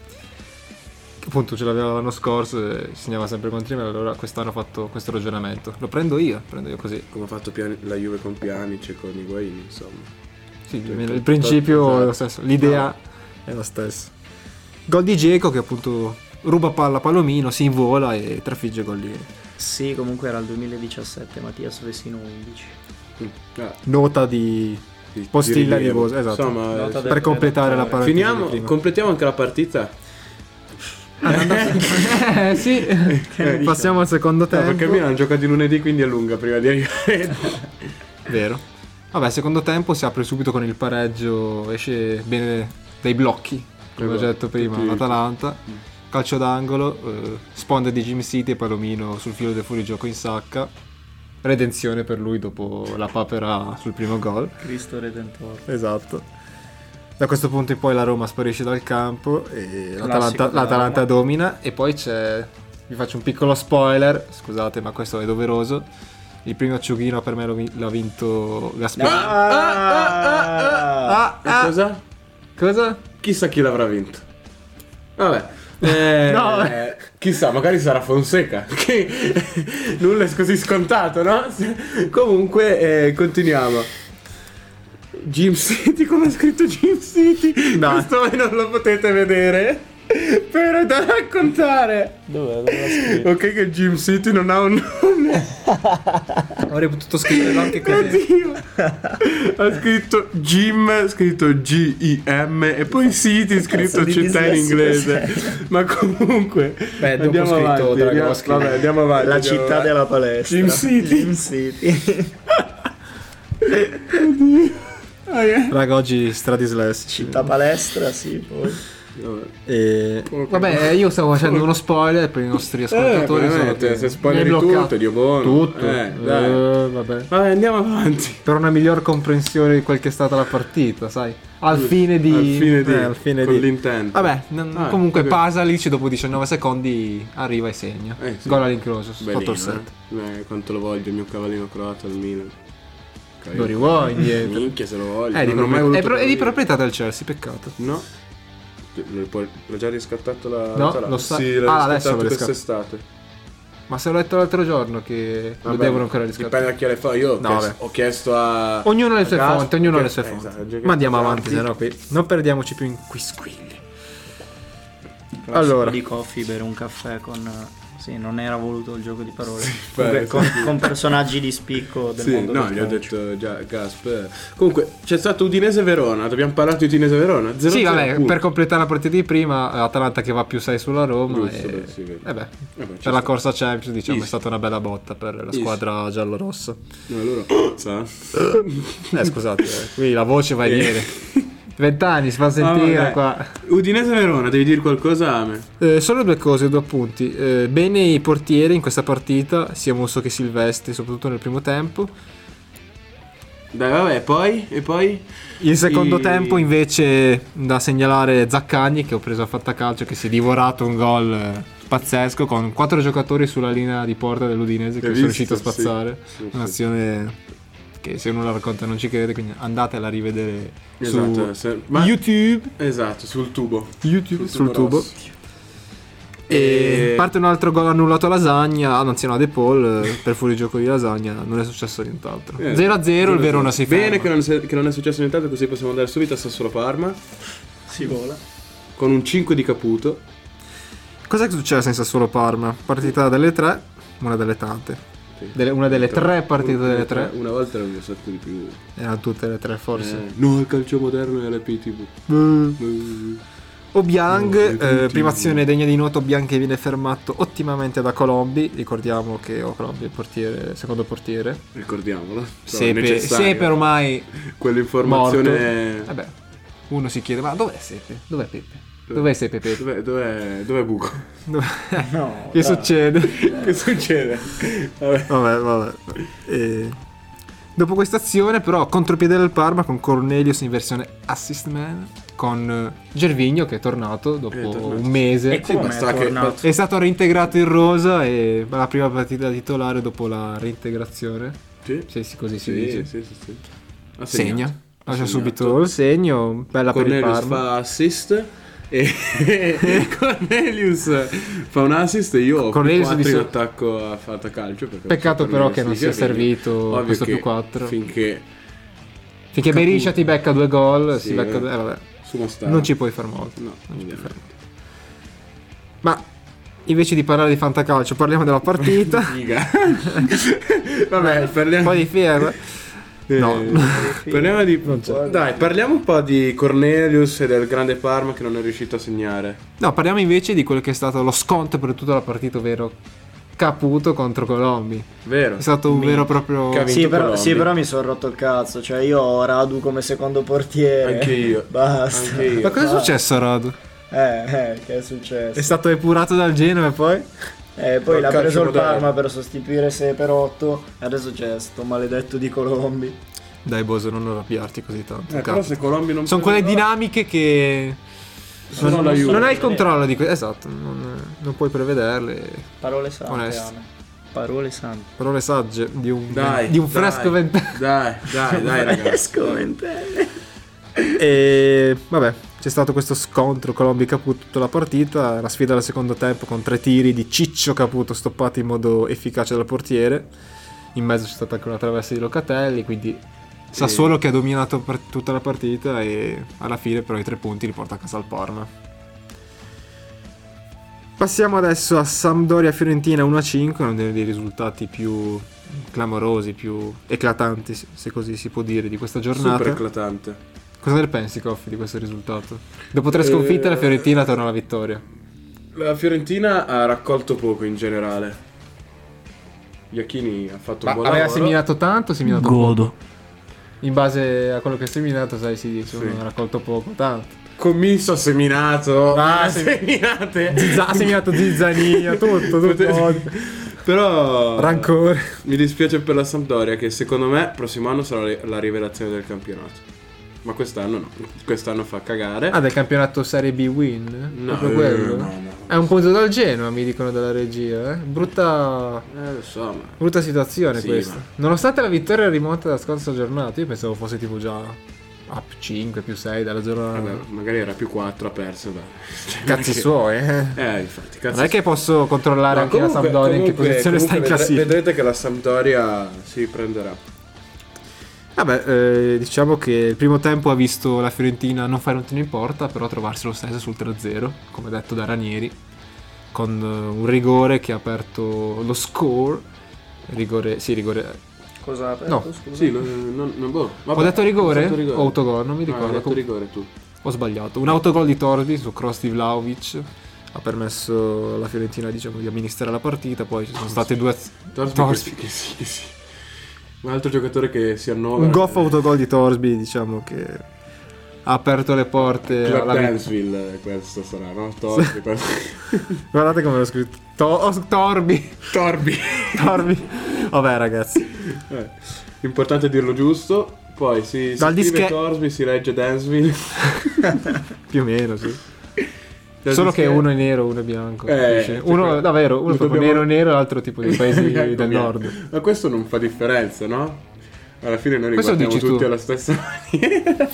Appunto ce l'aveva l'anno scorso e segnava sempre contro me, allora quest'anno ho fatto questo ragionamento. Lo prendo io, prendo io così. Come ha fatto Piani- la Juve con Pjanic e con Higuain, insomma. Sì, Cioè, il tutto- principio è lo esatto. stesso, l'idea è la stessa. Gol di Dzeko che appunto ruba palla a Palomino, si invola e trafigge Gollini. Sì, comunque era il duemiladiciassette, Mattias Vecino undici. Ah, Nota di di- postilla di rilievo. Bosa, esatto. Insomma, Nota eh, del- Per completare la parentesi finiamo, di prima. completiamo anche la partita. Eh sì, passiamo al secondo No, tempo. perché almeno hanno giocato di lunedì, quindi è lunga prima di arrivare. Vero. Vabbè, secondo tempo si apre subito con il pareggio, esce bene dai blocchi, come ho Esatto, detto prima, tutti- l'Atalanta. Calcio d'angolo, eh, sponda di Jim City e Palomino sul filo del fuorigioco in sacca. Redenzione per lui dopo la papera sul primo gol. Cristo Redentore. Esatto. Da questo punto in poi la Roma sparisce dal campo e l'Atalanta, Classico della l'Atalanta Roma. domina e poi c'è, vi faccio un piccolo spoiler, scusate ma questo è doveroso, il primo acciughino per me l'ho vi- l'ha vinto Gasperini. Ah! Ah, ah. Cosa? Cosa? Chissà chi l'avrà vinto. Vabbè. Eh, No. eh, chissà, magari sarà Fonseca. Che nulla è così scontato, no? Comunque, eh, continuiamo. Jim City, come ha scritto Jim City? No. Questo voi non lo potete vedere. Però è da raccontare. Dov'è? Dove l'ha scritto? Ok, che Jim City non ha un nome. Avrei potuto scriverlo anche così. Oddio. Ha scritto Jim, scritto G I M e poi City scritto Cazzo di città in dislessico inglese. Ma comunque Beh, dopo andiamo ho scritto avanti, Dragon andiamo, Ball. vabbè, andiamo avanti. La andiamo città avanti. della palestra. Jim City. Jim City. Ah, eh. Raga, oggi stradislessi. Città palestra, sì, poi. Vabbè. E... Ok. Vabbè, io stavo facendo uno spoiler per i nostri ascoltatori. Eh, solo veramente, che se spoileri mi hai bloccato. tutto, Dio buono. Tutto. Eh, dai. Eh, vabbè. Vabbè, andiamo avanti. Per una miglior comprensione di quel che è stata la partita, sai? Al fine di... Al fine di, eh, al fine con di... l'intento. Vabbè, n- Ah, comunque ok. Pasalic dopo diciannove secondi arriva e segna. Eh, sì. Gol all'incrocio, Bellino, sotto il set. eh. Eh, quanto lo voglio il mio cavallino croato al Milan. Lo rivuoi indietro. Minchia se lo voglio. È di, Non ho mai propri- voluto è pro- è di capire. proprietà del Chelsea, peccato. No. L'ho poi- l'ho già riscattato la No, l'Atalanta. lo sa- Sì, l'ho ah, adesso riscattato lo quest'estate. Ma se l'ho letto l'altro giorno che lo Vabbè, devono ancora riscattare. Dipende da chi le fa. Io ho, No, chiesto, vabbè. ho chiesto a. Ognuno ha le a sue Gas- fonti, ognuno ha ho le sue chiesto- fonti. eh, esatto, Ma andiamo esatto. avanti, sennò qui non perdiamoci più in quisquilli. Classico Allora. di coffee, bere un caffè con... Sì, non era voluto il gioco di parole. beh, Comunque, sì. con, con personaggi di spicco del Sì, mondo no, del gli ho calcio. detto già Gasper. Comunque c'è stato Udinese-Verona. Dobbiamo parlare di Udinese-Verona. zero Sì, zero, vabbè, punto. per completare la partita di prima, Atalanta che va più sei sulla Roma. Giusto, e... beh, sì, vero. eh beh, Vabbè, ci per la sta. corsa Champions diciamo Easy. è stata una bella botta per la Easy. squadra giallorossa. No, allora, sa? Eh scusate, eh, qui la voce va e viene. Vent'anni si fa sentire Ah, vabbè. qua. Udinese-Verona, devi dire qualcosa a me? Eh, solo due cose, due appunti. Eh, bene i portieri in questa partita, sia Musso che Silvestri, soprattutto nel primo tempo. Dai, vabbè, poi? E poi? Il secondo I- tempo invece da segnalare Zaccagni, che ho preso a fantacalcio, che si è divorato un gol eh, pazzesco con quattro giocatori sulla linea di porta dell'Udinese che Hai sono visto? riusciti a spazzare. Sì, sì, sì. Un'azione che se uno la racconta non ci crede, quindi andatela a rivedere Esatto, su se- ma- YouTube, Esatto, sul tubo. YouTube Sul sul tubo. rosso. E E- parte un altro gol annullato a Lasagna, anzi no, a De Paul, eh, per fuorigioco di Lasagna, non è successo nient'altro. Eh, zero a zero, il Verona si ferma. Bene che non, è, che non è successo nient'altro, così possiamo andare subito a Sassuolo Parma Si vola. con un cinque di Caputo. Cos'è che è successo in Sassuolo Parma? Partita delle tre, una delle tante. Sì. Delle- una delle tre partite Una- delle tre. Una volta erano un sacco di più. Erano tutte le tre forse. Eh, no, al calcio moderno e alle P T V. Mm. Obiang, No, eh, tutti- prima azione degna di noto, Obiang che viene fermato ottimamente da Colombi. Ricordiamo che oh, Colombi è il portiere, secondo portiere. Ricordiamolo. No, Sepe, necessario. Sepe ormai Quell'informazione. morto. Vabbè, uno si chiede, ma dov'è Sepe? Dov'è Pepe? Dov'è Sepe Pepe? Dov'è, dov'è, dov'è Buco? Dov'è? No, Che dai. succede? Che succede? Vabbè. Vabbè, vabbè. E... Dopo questa azione, però, contropiede del Parma con Cornelius in versione assist man, con eh, Gervinho che è tornato dopo È tornato. un mese. E come basta è che- tornato? È stato reintegrato in rosa e la prima partita titolare dopo la reintegrazione. Sì, Sì, sì, così si sì, dice. sì, sì, sì. Ha Segna. segnato. Lascia Ha subito segnato. il segno. Bella per il Cornelius Parma. fa assist e Cornelius fa un assist e io ho più Cornelius quattro di in so- attacco a fantacalcio perché Peccato ho però Cornelius che non di sia Gervinho. servito Ovvio questo che più quattro. finché Finché Caputo. Beriscia ti becca due gol, Sì, si becca eh. due... Eh, vabbè. su Mostara Non ci puoi far molto. no, Non ci puoi ovviamente. fare molto. Ma invece di parlare di fantacalcio, parliamo della partita. Figa. Vabbè, parliamo Un po' di fiera. No. Eh, parliamo di Non c'è. dai, parliamo un po' di Cornelius e del grande Parma che non è riuscito a segnare. No, parliamo invece di quello che è stato lo scontro per tutta la partita, ovvero Caputo contro Colombi. Vero? È stato un vero e proprio... Che ha vinto Sì però, Colombi. sì, però mi sono rotto il cazzo. Cioè, io ho Radu come secondo portiere. Anche io. Basta. Anche io. Ma cosa è Basta. successo a Radu? Eh, eh, che è successo? È stato epurato dal Genoa e poi? Eh, poi Al l'ha calcio preso il moderno. Parma per sostituire sei per otto. Adesso c'è sto maledetto di Colombi. Dai Boso, non arrabbiarti così tanto. Eh, Cazzo. però se Colombi non Sono prende quelle gol- dinamiche che... Sono non, la Juve. non hai il controllo di questo. Esatto, non, non puoi prevederle. Parole sante, Onesto. Ame. Parole sante. Parole sagge di un, Dai, di un dai, fresco ventenne. Dai, dai, dai ragazzi. Fresco ventenne. E vabbè, c'è stato questo scontro Colombi-Caputo tutta la partita, la sfida del secondo tempo con tre tiri di Ciccio Caputo stoppati in modo efficace dal portiere. In mezzo c'è stata anche una traversa di Locatelli, quindi Sassuolo che ha dominato per tutta la partita e alla fine però i tre punti li porta a casa al Parma. Passiamo adesso a Sampdoria-Fiorentina uno a cinque, uno dei risultati più clamorosi, più eclatanti, se così si può dire, di questa giornata. Super eclatante. Cosa ne pensi, Coffi, di questo risultato? Dopo tre sconfitte Eh, la Fiorentina torna alla vittoria. La Fiorentina ha raccolto poco in generale. Iachini ha fatto Ma un buon aveva lavoro. seminato tanto o seminato poco? Godo. In base a quello che hai seminato, sai, si dice, Sì. uno ha raccolto poco, tanto. Commisso, seminato. Ah, seminate. Zizza- ha seminato zizzania, tutto, tutto. Però Rancore. mi dispiace per la Sampdoria che secondo me prossimo anno sarà la rivelazione del campionato. Ma quest'anno no, quest'anno fa cagare. Ah, del campionato Serie B win? No, Proprio eh, quello? no, no. È un punto dal Genoa, mi dicono dalla regia, eh? Brutta... Eh, lo so, ma Brutta situazione Sì, questa. ma- Nonostante la vittoria rimonta dalla scorsa giornata, io pensavo fosse tipo già a più cinque, più sei dalla giornata. vabbè, magari era più quattro, ha perso. Dai. Cioè, Cazzi non è suoi, eh. che- Eh, infatti, cazzi Non è che posso controllare No, anche la comunque- Sampdoria in che comunque- posizione sta in comunque vedre- classifica. Vedrete che la Sampdoria si prenderà. Vabbè, eh, diciamo che il primo tempo ha visto la Fiorentina non fare un tiro in porta, però trovarsi lo stesso sul tre a zero, come detto da Ranieri, con eh, un rigore che ha aperto lo score. Rigore, sì, rigore. Cosa ha aperto, No. scusa? Sì, non, non, non boh. Vabbè, Ho detto rigore? ho detto rigore. O autogol, non mi No, hai ricordo. detto Com- rigore tu. Ho sbagliato. Un autogol di Torsby su cross di Vlahovic ha permesso alla Fiorentina, diciamo, di amministrare la partita. Poi ci sono state due az- Torsby Torsby. che sì, che sì. Un altro giocatore che si annova. un goff autogol di Torsby, diciamo, che ha aperto le porte Club alla Danceville, questo sarà, no? Torsby. questo- Guardate come l'ho scritto. To- oh, Torbi. Torbi. Torbi. Vabbè, ragazzi. Eh, importante dirlo giusto. Poi si, si Dal scrive dische- Torsby, si legge Dansville. Più o meno, sì. Dal Solo dische- che uno è nero, uno è bianco. Eh, capisci? uno, cioè, davvero, uno è proprio dobbiamo- nero nero, l'altro tipo dei paesi del Dobbiamo- nord. Ma questo non fa differenza, no? Alla fine noi li Questo guardiamo dici tu. tutti alla stessa maniera.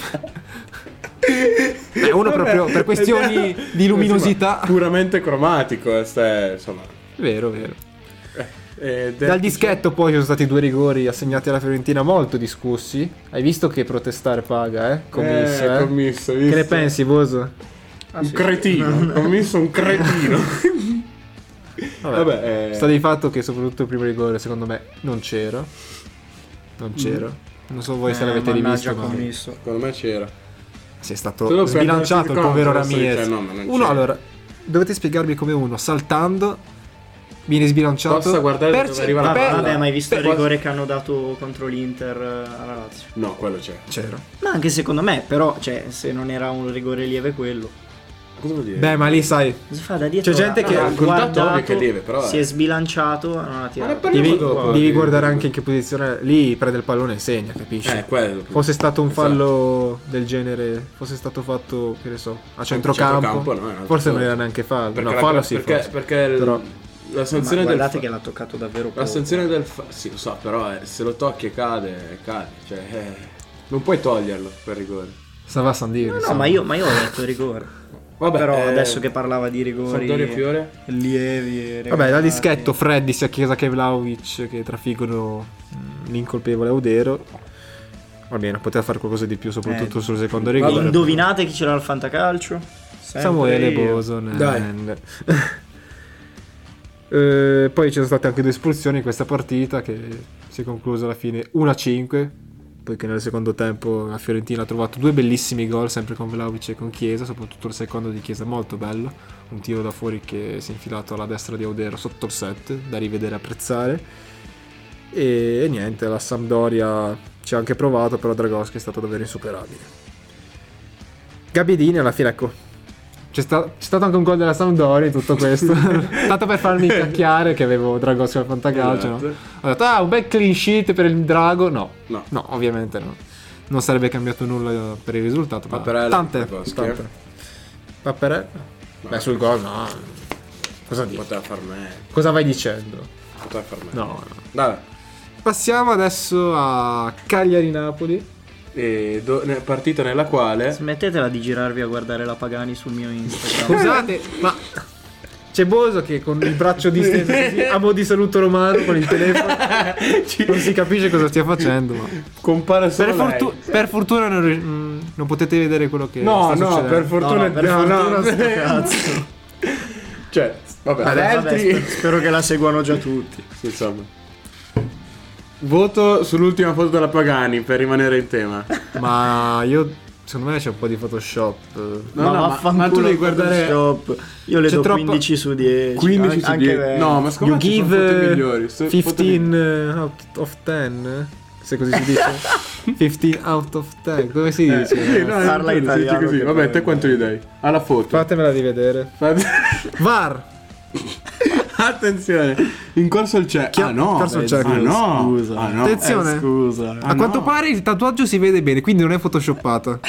Beh, uno Vabbè, proprio per questioni eh, di luminosità. insomma, puramente cromatico, eh, ste- insomma. Vero, vero. Eh, Dal dischetto poi ci sono stati due rigori assegnati alla Fiorentina molto discussi. Hai visto che protestare paga, eh? Commisso, eh? Eh, commisso, Che visto? ne pensi, Boso? Ah, Un sì. cretino, commisso un cretino. Vabbè, Vabbè, eh, sta di fatto che soprattutto il primo rigore secondo me non c'era. Non c'era. Non so voi se Eh, l'avete mannaggia, rivisto, ma commisso. secondo me c'era. si è Solo stato per sbilanciato il darsi povero conto, adesso Ramirez. dice, no, ma non Uno, c'era. allora, dovete spiegarmi come uno saltando viene sbilanciato. Possa guardare da dove arriva la Vabbè, palla. vabbè, ma hai visto il Beh, rigore che hanno dato contro l'Inter eh, alla Lazio? No, quello c'è. C'era. Ma anche secondo me, però, cioè, se non era un rigore lieve quello. Cosa vuol dire? Beh, ma lì sai, Si fa da dietro. C'è gente ha- che- ha il contatto guardato, ovvio che è lieve, però, si eh. è sbilanciato, non ha Ma ne tirato. parliamo devi, dopo. devi guardare anche in che posizione. Lì prende il pallone e segna, capisci? Eh, quello. Fosse stato un Esatto. fallo del genere, fosse stato fatto, che ne so, a centrocampo, centrocampo, no, è un'altra forse non cosa. era neanche fallo. Perché No, la- fallo sì, perché, forse. perché il- Però- la Ma sanzione del guardate fa- che l'ha toccato davvero poco. la sanzione del fa- sì, lo so, però eh, se lo tocchi e cade, cade, cioè eh, non puoi toglierlo per rigore. Stava a San Dire, No, no, insomma. ma io, ma io ho detto rigore. Vabbè, Però eh, adesso che parlava di rigori Sampdoria Fiore? lievi e Vabbè, da regalati. dischetto Freddy sia Chiesa che Vlahovic che trafiggono mh, l'incolpevole Audero. Va bene, poteva fare qualcosa di più, soprattutto Eh, sul secondo rigore. Indovinate chi c'era al fantacalcio? Sempre Samuele io. Boson. Dai. Eh, poi ci sono state anche due espulsioni in questa partita che si è conclusa alla fine uno a cinque, poiché nel secondo tempo la Fiorentina ha trovato due bellissimi gol sempre con Vlahovic e con Chiesa, soprattutto il secondo di Chiesa molto bello, un tiro da fuori che si è infilato alla destra di Audero sotto il set, da rivedere e apprezzare. E, e niente, la Sampdoria ci ha anche provato, però Dragowski è stato davvero insuperabile. Gabbiadini alla fine, ecco, c'è, sta- c'è stato anche un gol della Sampdoria in tutto questo. Tanto per farmi cacchiare che avevo Dragowski al fantacalcio, no? Esatto. Ho detto, ah, un bel clean sheet per il Drago. No, No. no, ovviamente no. Non sarebbe cambiato nulla per il risultato. Ma Paperella, tante, Dragowski, tante. eh? Paperella? Beh, sul gol no. Cosa dici? Poteva far meglio, Cosa vai dicendo? poteva far meglio. No, no. Dai. Passiamo adesso a Cagliari-Napoli. E do- ne- partita nella quale Smettetela di girarvi a guardare la Pagani sul mio Instagram. Scusate, ma c'è Boso che con il braccio disteso così, a mo' di saluto romano con il telefono non si capisce cosa stia facendo, ma compare solo per, lei. fortu- per fortuna non, ri- mm, non potete vedere quello che No, sta no, succedendo. per fortuna No, no, per no, fortuna no. sto cazzo. Cioè, vabbè, Vabbè, gli Vabbè, altri spero, spero che la seguano già tutti. Sì, insomma. Voto sull'ultima foto della Pagani per rimanere in tema. Ma io secondo me c'è un po' di Photoshop. No, ma no, ma- vaffanculo ma tu devi guardare- Photoshop. Io le C'è do troppo- quindici su dieci. quindici an- su anche dieci. venti. No, ma secondo You me ci sono foto give migliori. So- foto quindici out of dieci, se così si dice. quindici out of dieci, come si dice? Sì, no, Parla si dice italiano così. che Vabbè, poi- te quanto gli dai? Alla foto. Fatemela rivedere. Fate- V A R. Attenzione, in corso il check. Chi ha- Ah no, corso il Eh, check. ah no, Scusa. ah no. Attenzione. Eh, scusa. Ah, A quanto no. pare il tatuaggio si vede bene, quindi non è photoshoppata.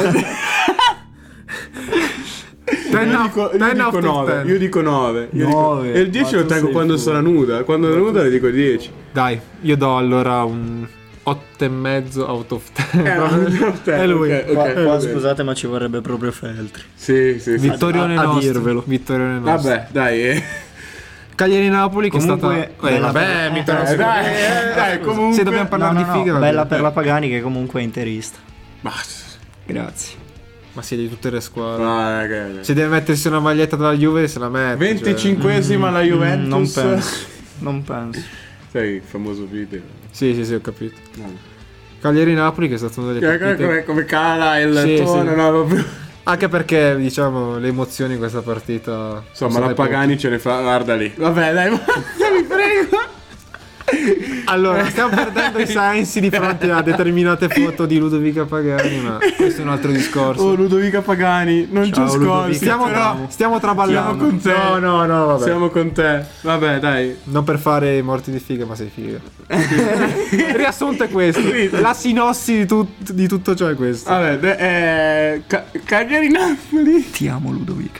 ten Io out- dico, io ten dico out of nove, ten. io dico nove. Io Nove. dico- e il dieci Ma lo tu tengo sei quando fuori. sarà nuda. Quando è nuda le dico dieci. Dai, io do allora un otto e mezzo out of ten. Eh, out of ten, È lui. ok, Qua, ok, qua, va bene. scusate, ma ci vorrebbe proprio Feltri. Sì, sì, sì. Vittorione a- a nostro. dirvelo. Vittorione nostro. Vabbè, dai. eh. Cagliari-Napoli che Comunque, è stata... Eh, bella vabbè, per- mica non Eh, si può- dai, eh, dai, comunque. Se dobbiamo parlare No, di no, no, figa... va bella bene. per la Pagani che comunque è interista. Basta. Grazie. Ma sì, di tutte le squadre. No, ragazzi. Se deve mettersi una maglietta della Juve se la mette. venticinquesima la Juventus. Mm, non penso. Non penso. Sai il famoso video. Cioè... Sì, sì, sì, ho capito. No. Cagliari-Napoli che è stata una delle Come, partite... come, come cala il Sì, tono, sì. no, proprio. Anche perché, diciamo, le emozioni in questa partita... Insomma, sono la state Pagani ce ne fa. Guarda lì. Vabbè, dai, ma mi prego. Allora, stiamo perdendo i sensi di fronte a determinate foto di Ludovica Pagani, ma questo è un altro discorso. Oh, Ludovica Pagani, non Ciao, ci Ludovica. scorsi. Stiamo, però tra- stiamo traballando. siamo con te. No, no, no, vabbè. Siamo con te. Vabbè, dai. Non per fare morti di figa, ma sei figa. Il riassunto è questo. La sinossi di, tut- di tutto ciò è questo. Vabbè, de- eh, Ca- Cagliari Napoli. Ti amo Ludovica.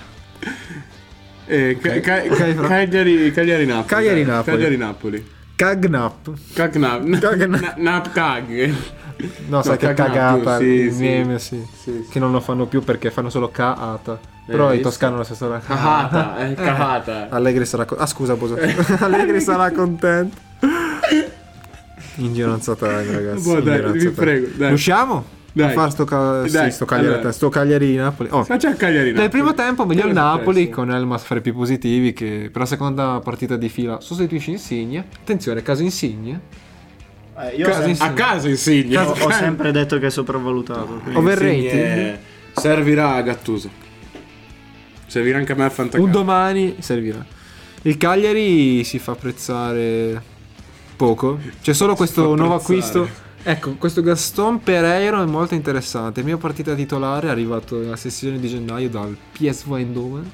Eh, Ca- Ca- ok, Fra- Cagliari Cagliari Napoli. Cagliari dai. Napoli. Cagliari Napoli. Cagnap. Cagnap. Cagnap. Na- Nap Cag. No, sai che Cagnap, cagata. sì, il sì. meme, sì. Sì, sì. Che non lo fanno più perché fanno solo K-ata. Però Eh, i toscani lo stesso. Cahata, eh, Cahata. Allegri sarà co- Ah scusa Boso. Allegri sarà contento. Ignoranza time, ragazzi. Boh, dai, ignoranza vi time. prego, dai. Riusciamo? Dai. A fare sto, ca- Dai, sì, sto Cagliari allora. sto Cagliari di Napoli. Oh. Facciamo Cagliari Napoli. Nel primo tempo meglio il Cosa è Napoli successo? con Elmas fare più positivi che per la seconda partita di fila sostituisce Insigne. Attenzione, caso Insigne. Eh, io ho, Casa sem- in- A caso Insigne. ho- ho sempre detto che è sopravvalutato. quindi- Overrated. Insigne servirà a Gattuso. Servirà anche a me a Fantacalcio. Un domani servirà. Il Cagliari si fa apprezzare poco. C'è solo questo fa nuovo apprezzare. acquisto. Ecco, questo Gaston Pereiro è molto interessante. Mia partita titolare è arrivato nella sessione di gennaio dal P S V Eindhoven.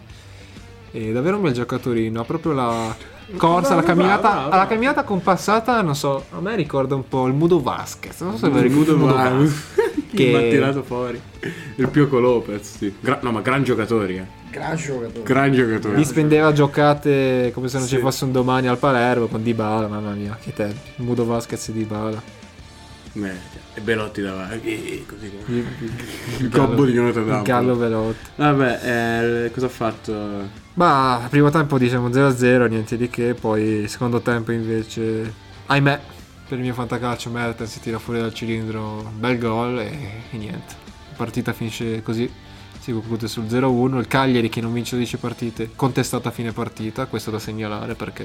È davvero un bel giocatorino. Ha proprio la corsa, la Bravo, camminata. bravo, bravo. La camminata compassata, non so, a me ricorda un po' il Mudo Vasquez. Non so se vi ricordo il Mudo Vasquez. Che Che- mi ha tirato fuori. Il Pioco Lopez, sì. Gra- no, ma gran giocatori, eh. Gran giocatore. Gran giocatori. Gli spendeva giocate come se non Sì. ci fosse un domani al Palermo con Dybala, mamma mia, che tempi. Mudo Vasquez e Dybala. Merda. E Belotti davanti. eh, Così. Il, il- Il il gobbo di gallo, Notre Dame. il gallo Velotti. Vabbè, eh, cosa ha fatto? Ma primo tempo diciamo zero a zero, niente di che. Poi secondo tempo invece, ahimè, per il mio fantacalcio Mertens si tira fuori dal cilindro un bel gol e, e niente. La partita finisce così. Si conclude sul zero a uno. Il Cagliari che non vince dodici partite, contestato a fine partita. Questo da segnalare perché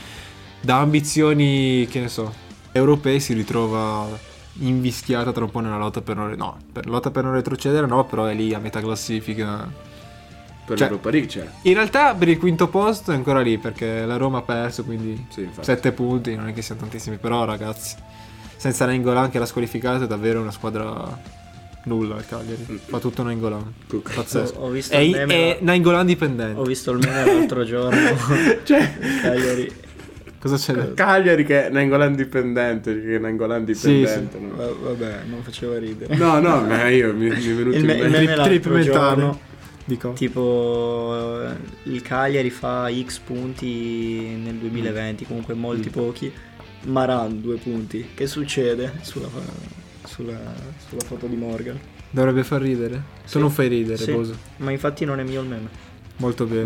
da ambizioni, che ne so, europei si ritrova invischiata tra un po' nella lotta per non, no, per lotta per non retrocedere no, però è lì a metà classifica. Per Cioè- l'Europa League c'era. In realtà per il quinto posto è ancora lì perché la Roma ha perso, quindi Sì, infatti. sette punti, non è che siano tantissimi, però ragazzi, senza Nainggolan che era squalificato è davvero una squadra nulla il Cagliari, fa tutto Nainggolan, Cucca. pazzesco. Ho, ho visto È, il meme, è Nainggolan dipendente. ho visto il meme l'altro giorno. Cioè, Cagliari. Cosa c'è da Cagliari che è Nainggolan dipendente, che è Nainggolan dipendente. no? Va- Vabbè, non faceva ridere. No, no, ma io mi, mi è venuto Il, in me- il mente. meme l'altro trip mentale. giorno, Dico. tipo eh, il Cagliari fa X punti nel duemilaventi, comunque molti Mm. pochi. Maran due punti. Che succede sulla, sulla, sulla foto di Morgan? Dovrebbe far ridere? Tu Sì. non fai ridere, Sì. Boso. Ma infatti non è mio il meme. Molto bene.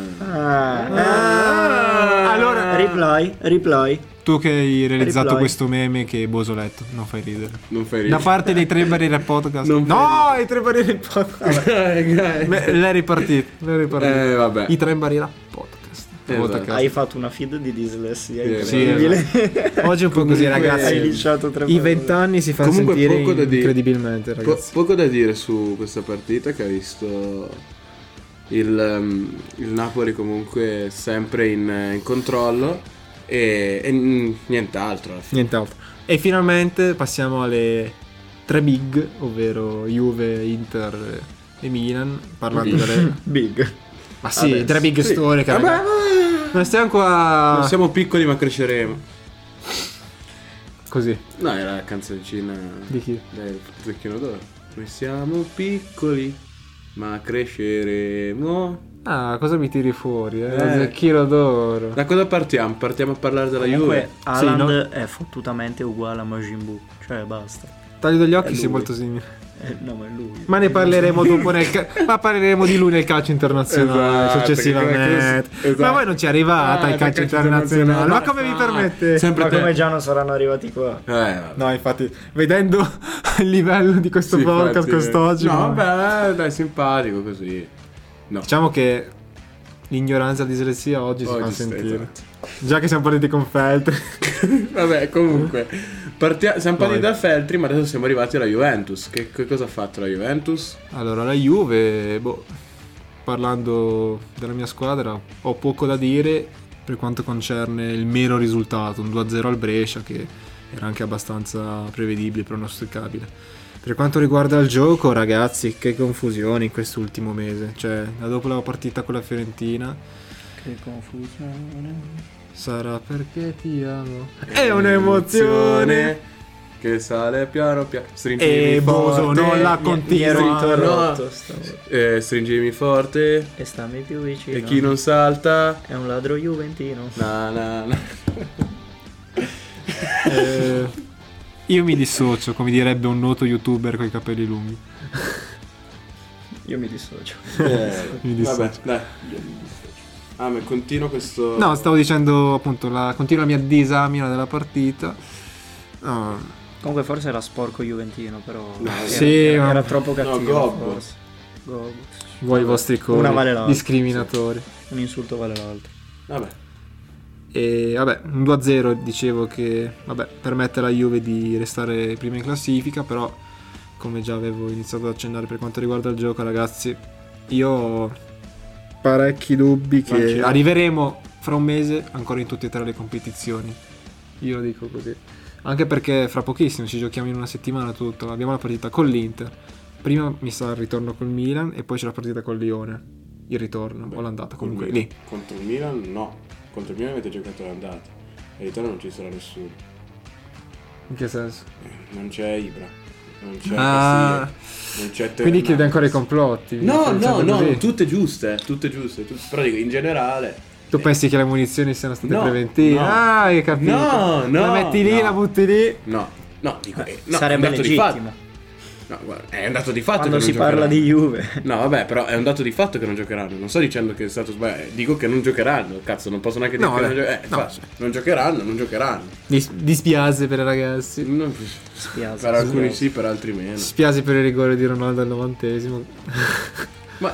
Ah. Ah. Allora- reply, reply. Tu che hai realizzato Reply. questo meme che Boso ha letto, non fai ridere. Non fai Da ridere. parte dei tre barriere podcast. Non fai No, i tre barriere podcast. Dai, dai. Beh, l'hai ripartito, l'hai ripartito. Eh, vabbè. I tre barriera podcast. Esatto. Volta a caso. Hai fatto una feed di dislessia Sì, incredibile. Oggi è un po' così, Comunque- ragazzi. Hai lisciato tre I parole. vent'anni si fanno Comunque sentire poco da dire. incredibilmente, Po- ragazzi. poco da dire su questa partita che ha visto il, um, il Napoli comunque sempre in, in controllo e, e n- nient'altro alla fine. Nient'altro. E finalmente passiamo alle tre big, ovvero Juve, Inter e Milan. Parlando delle. Big. Ma sì, Adesso. tre big Sì. storiche. Vabbè, ragazzi. Non stiamo qua. non siamo piccoli ma cresceremo. Così. No, era la canzoncina Di chi? del Zecchino d'Oro. Noi siamo piccoli ma cresceremo. Ah, cosa mi tiri fuori? Eh? Eh. Zecchino d'oro. Da cosa partiamo? Partiamo a parlare della Comunque Juve? Haaland Sì, no? è fottutamente uguale a Majin Buu. Cioè basta. Taglio degli occhi, È sì, lui. molto simile. Eh, no, ma è lui. Ma ne parleremo dopo nel ca- ma parleremo di lui nel calcio internazionale Esatto, successivamente. che- esatto. Ma voi non ci arrivate Ah, al calcio calcio internazionale. Ma internazionale. come vi Ah, permette? sempre Ma te. come già non saranno arrivati qua? Eh, vabbè. No, infatti, vedendo il livello di questo Sì, podcast infatti, quest'oggi, No, ma- vabbè, dai, simpatico così. No. diciamo che l'ignoranza di dislessia oggi, si Oggi fa sta- sentire. esatto. Già che siamo partiti con Feltri. Vabbè, comunque, partia- siamo partiti Vai. da Feltri, ma adesso siamo arrivati alla Juventus. Che, che cosa ha fatto la Juventus? Allora, la Juve, boh, parlando della mia squadra, ho poco da dire. per quanto concerne il mero risultato, un due a zero al Brescia che era anche abbastanza prevedibile, pronosticabile. Per quanto riguarda il gioco, ragazzi, che confusione in quest'ultimo mese, cioè da dopo la partita con la Fiorentina, Che confusione. sarà perché ti amo, È un'emozione che sale piano piano. Stringimi e Boso forte. non la Mi- mi ero continua. interrotto, no. stavo- Eh, stringimi forte. E stammi più vicino. E chi non salta. È un ladro juventino. Na, na, na. Eh, io mi dissocio, come direbbe un noto youtuber con i capelli lunghi. Io mi dissocio. Eh, Mi dissocio. vabbè, dai. Io mi dissocio. Ah, ma continuo questo. No, stavo dicendo appunto, la, continua la mia disamina della partita. Ah, Comunque forse era sporco juventino, però No, era, sì, era, ma- era troppo cattivo. No, Gobbo. forse. Gobbo. voi i vostri cori Una vale l'altra. discriminatori. Un insulto vale l'altro. Vabbè. E vabbè, un due a zero dicevo che vabbè, permette alla Juve di restare prima in classifica, però come già avevo iniziato ad accennare per quanto riguarda il gioco, ragazzi, io ho parecchi dubbi Non che c'è. arriveremo fra un mese ancora in tutte e tre le competizioni. Io lo dico così. Anche perché fra pochissimo ci giochiamo in una settimana tutto, abbiamo la partita con l'Inter. Prima mi sa il ritorno col Milan e poi c'è la partita con Lione. Il ritorno o l'andata, comunque Col Milan. lì. Contro il Milan no. Contro il Milan avete giocato l'andata. E ritorno non ci sarà nessuno. In che senso? Eh, Non c'è Ibra. Non c'è Ah, Cassia, non c'è quindi chiede ancora i Ternaz. complotti. No, Stai no, dicendo no, così. tutte giuste, tutte giuste. Tutte... Però dico, in generale. Tu pensi che le munizioni siano state No, preventive? no. Ah, hai capito. No, no, La metti lì, no. la butti lì. No, no, dico, eh, no, Sarebbe è un dato di legittimo. fatto. No, guarda, è un dato di fatto Quando che si non parla giocheranno. di Juve. No, vabbè, però è un dato di fatto che non giocheranno. Non sto dicendo che è stato sbagliato, eh, dico che non giocheranno. Cazzo, non posso neanche dire No, che vabbè. non, gio- eh, No, fa- sì. non giocheranno, non giocheranno. Dis- dispiace per i ragazzi. Non- Spiace. per alcuni spiace. sì, per altri meno. Dispiace per il rigore di Ronaldo al novantesimo. Ma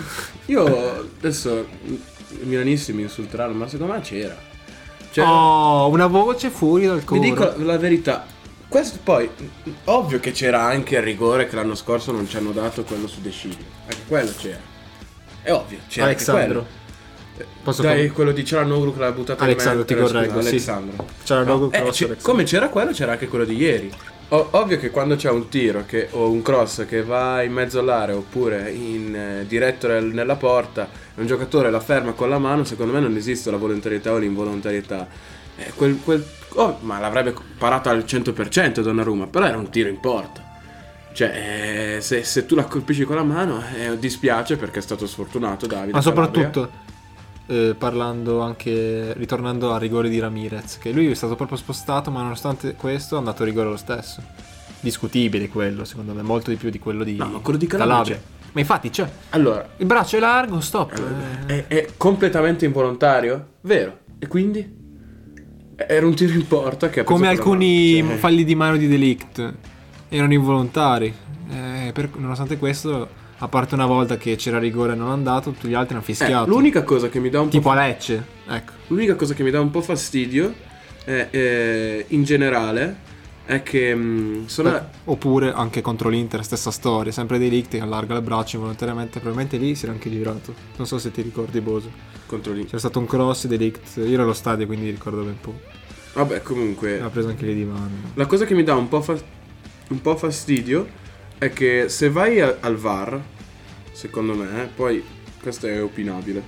io adesso i milanisti mi insulteranno, ma secondo me c'era. Cioè, Oh, una voce fuori dal vi coro. dico la verità. Questo poi, ovvio che c'era anche il rigore che l'anno scorso non ci hanno dato, quello su De Sciglio. Anche quello c'era. È ovvio, c'era anche Alexandro. quello. Posso Dai, com- quello di Cialanoglu che l'ha buttato Alexandro, in ti mente, correggo, scusa, sì. Alexandro. C'era il No, logo eh, cross. c'è- Alexandro. come c'era quello, c'era anche quello di ieri. O- ovvio che quando c'è un tiro che, o un cross che va in mezzo all'area oppure in, eh, diretto nel- nella porta, un giocatore la ferma con la mano, secondo me non esiste la volontarietà o l'involontarietà. Eh, quel, quel, oh, ma l'avrebbe parato al cento per cento Donnarumma, però era un tiro in porta. Cioè, eh, se, se tu la colpisci con la mano, eh, dispiace perché è stato sfortunato Davide. Ma Calabria. soprattutto eh, parlando anche, ritornando al rigore di Ramirez, che lui è stato proprio spostato, ma nonostante questo è andato a rigore lo stesso. Discutibile quello, secondo me, molto di più di quello di No, ma quello di Calabria c'è. Ma infatti c'è. Allora, Il braccio è largo, stop. allora, Eh, è, è completamente involontario? Vero. E quindi? Era un tiro in porta che ha preso Come con la alcuni mano, cioè- falli di mano di Delict erano involontari. Eh, per- nonostante questo, a parte una volta che c'era rigore e non è andato, tutti gli altri hanno Eh, fischiato. l'unica cosa che mi dà un tipo po' a Lecce, ecco. l'unica cosa che mi dà un po' fastidio è, è, in generale è che mh, sono Beh, oppure anche contro l'Inter, stessa storia, sempre Delict che allarga il braccio involontariamente, probabilmente lì si era anche girato. Non so se ti ricordi, Boso. contro lì. C'era stato un cross Delict, io ero allo stadio quindi ricordo ben poco. Vabbè, comunque Ha preso anche lì di mano. la cosa che mi dà un po', fa- un po' fastidio è che se vai a- al V A R, secondo me, eh, poi questo è opinabile.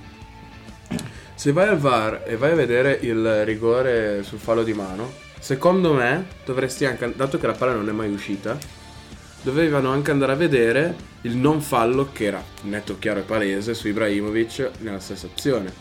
Se vai al V A R e vai a vedere il rigore sul fallo di mano, secondo me dovresti anche, dato che la palla non è mai uscita, dovevano anche andare a vedere il non fallo che era netto, chiaro e palese su Ibrahimovic nella stessa azione.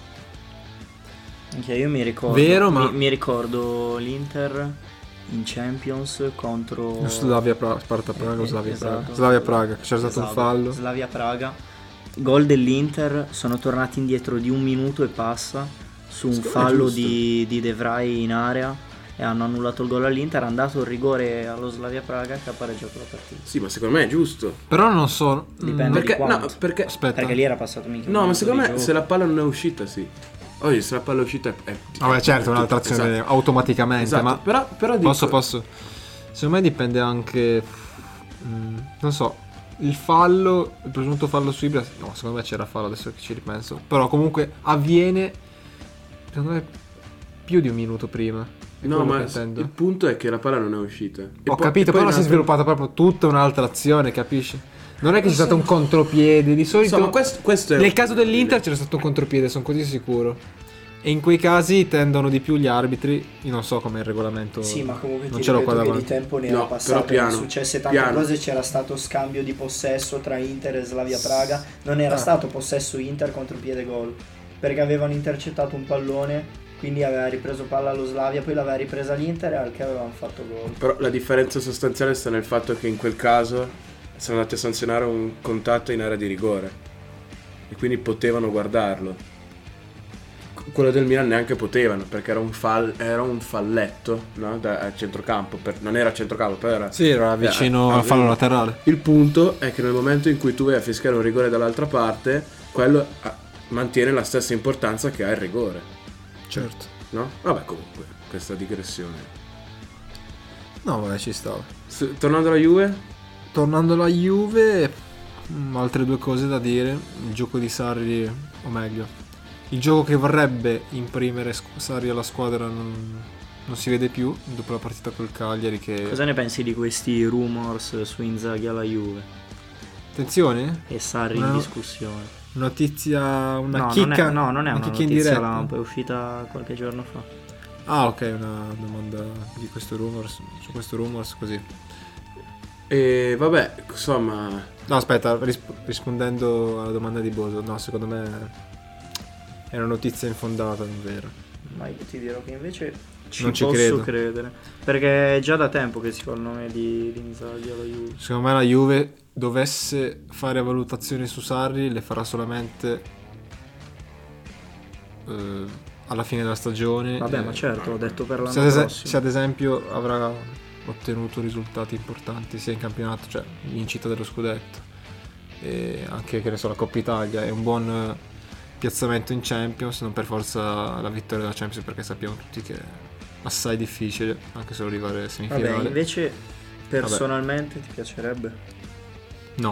Anche io mi ricordo. Vero, ma- mi, mi ricordo l'Inter in Champions contro. Slavia Praga, Sparta Praga o Eh, Slavia esatto. Praga? Slavia Praga, che c'era stato un Esatto, fallo. Slavia Praga. Gol dell'Inter, sono tornati indietro di un minuto e passa su un Secondo me è fallo giusto. di, di De Vrij in area e hanno annullato il gol all'Inter, è andato il rigore allo Slavia Praga che ha pareggiato la partita. Sì, ma secondo me è giusto. Però non so. Dipende. mm, Perché, di quanto? no, perché Aspetta. Perché lì era passato mica un No, ma minuto secondo di me gioco. se la palla non è uscita, sì. Oggi se la palla è uscita è... è Vabbè, certo, è un'altra azione Esatto. automaticamente, Esatto, ma però, però dico, posso, posso. Secondo me dipende anche. mm, non so. Il fallo, il presunto fallo su Ibra. No, secondo me c'era fallo adesso che ci ripenso. Però comunque avviene. secondo me più di un minuto prima. È No, quello ma che intendo. il punto è che la palla non è uscita. E Ho poi- capito, e poi però si è un'altra- sviluppata proprio tutta un'altra azione, capisci? Non è che c'è stato un contropiede, di solito Insomma, questo, questo è nel caso dell'Inter c'era stato un contropiede, sono così sicuro. E in quei casi tendono di più gli arbitri. Io non so com'è il regolamento. Sì, ma comunque non ti ce l'ho qua ripeto che di davanti. tempo ne era No, passato, però piano, erano successe tante piano. cose, c'era stato scambio di possesso tra Inter e Slavia Praga, non era Ah. stato possesso Inter contro piede gol, perché avevano intercettato un pallone, quindi aveva ripreso palla allo Slavia, poi l'aveva ripresa l'Inter e al che avevano fatto gol. Però la differenza sostanziale sta nel fatto che in quel caso sono andati a sanzionare un contatto in area di rigore e quindi potevano guardarlo. Quello del Milan neanche potevano, perché era un, fall, era un falletto, no? Da, a centrocampo, per, non era a centrocampo, però era... Sì, era vicino eh, al fallo aveva- laterale. Il punto è che nel momento in cui tu vai a fischiare un rigore dall'altra parte, quello ah, mantiene la stessa importanza che ha il rigore, Certo. no? Vabbè, comunque, questa digressione. No, vabbè, ci stava. S- tornando alla Juve, Tornando alla Juve, mh, altre due cose da dire. Il gioco di Sarri, o meglio, il gioco che vorrebbe imprimere Sc- Sarri alla squadra non, non si vede più dopo la partita col Cagliari che... Cosa ne pensi di questi rumors su Inzaghi alla Juve Attenzione, e Sarri No. in discussione? notizia, una no, chicca. non è, no, non è una, chicca in notizia diretta. lampo, è uscita qualche giorno fa. Ah, ok, una domanda di questo rumors, su questo rumors così. e vabbè, insomma, No, aspetta, risp- rispondendo alla domanda di Boso, no, secondo me è una notizia infondata, non vero. Ma io ti dirò che invece ci Non ci posso credo. credere, perché è già da tempo che si fa il nome di, di Inzaghi alla Juve. Secondo me la Juve dovesse fare valutazioni su Sarri le farà solamente eh, alla fine della stagione. Vabbè, Eh, ma certo, ho detto per l'anno se, ad es- prossimo. se ad esempio avrà ottenuto risultati importanti sia in campionato, cioè vincita dello scudetto, e anche, che ne so, la Coppa Italia e un buon eh, piazzamento in Champions, non per forza la vittoria della Champions, perché sappiamo tutti che è assai difficile anche solo arrivare ai semifinali. Vabbè, invece personalmente ti piacerebbe? No.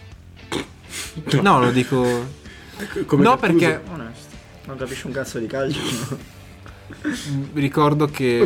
No, lo dico. come No, Gattuso. perché Onesto, non capisci un cazzo di calcio. mm, ricordo che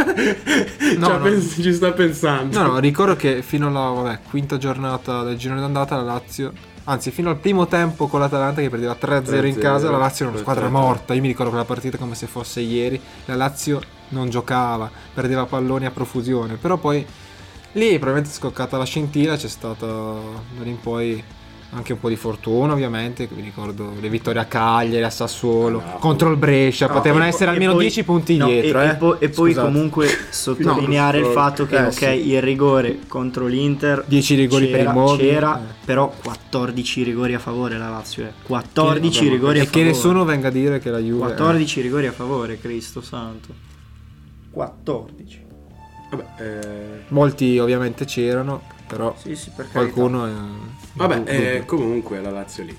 ho- no, Cioè, no. pens- ci sta pensando. No, no, ricordo che fino alla vabbè, quinta giornata del girone d'andata la Lazio, anzi fino al primo tempo con l'Atalanta che perdeva tre a zero in tre a zero, casa, la Lazio era una squadra tre a tre. morta. Io mi ricordo quella partita come se fosse ieri. La Lazio non giocava, perdeva palloni a profusione, però poi lì probabilmente è scoccata la scintilla, c'è stata da lì in poi anche un po' di fortuna, ovviamente, che mi ricordo le vittorie a Cagliari, a Sassuolo, No, contro il Brescia, No, potevano e essere po- almeno e poi- dieci punti no, dietro, e, eh. e poi, e poi Scusate. comunque sottolineare No, il fatto che eh, ok, sì. il rigore contro l'Inter dieci rigori per c'era, Immobile, c'era, eh. però quattordici rigori a favore la Lazio, eh. quattordici Che- vabbè, rigori a e che favore. nessuno venga a dire che la Juve quattordici rigori a favore, Cristo santo. quattordici. Vabbè, eh, molti ovviamente c'erano, però Sì, sì, per carità. qualcuno è vabbè du- eh, dubbio. comunque la Lazio lì.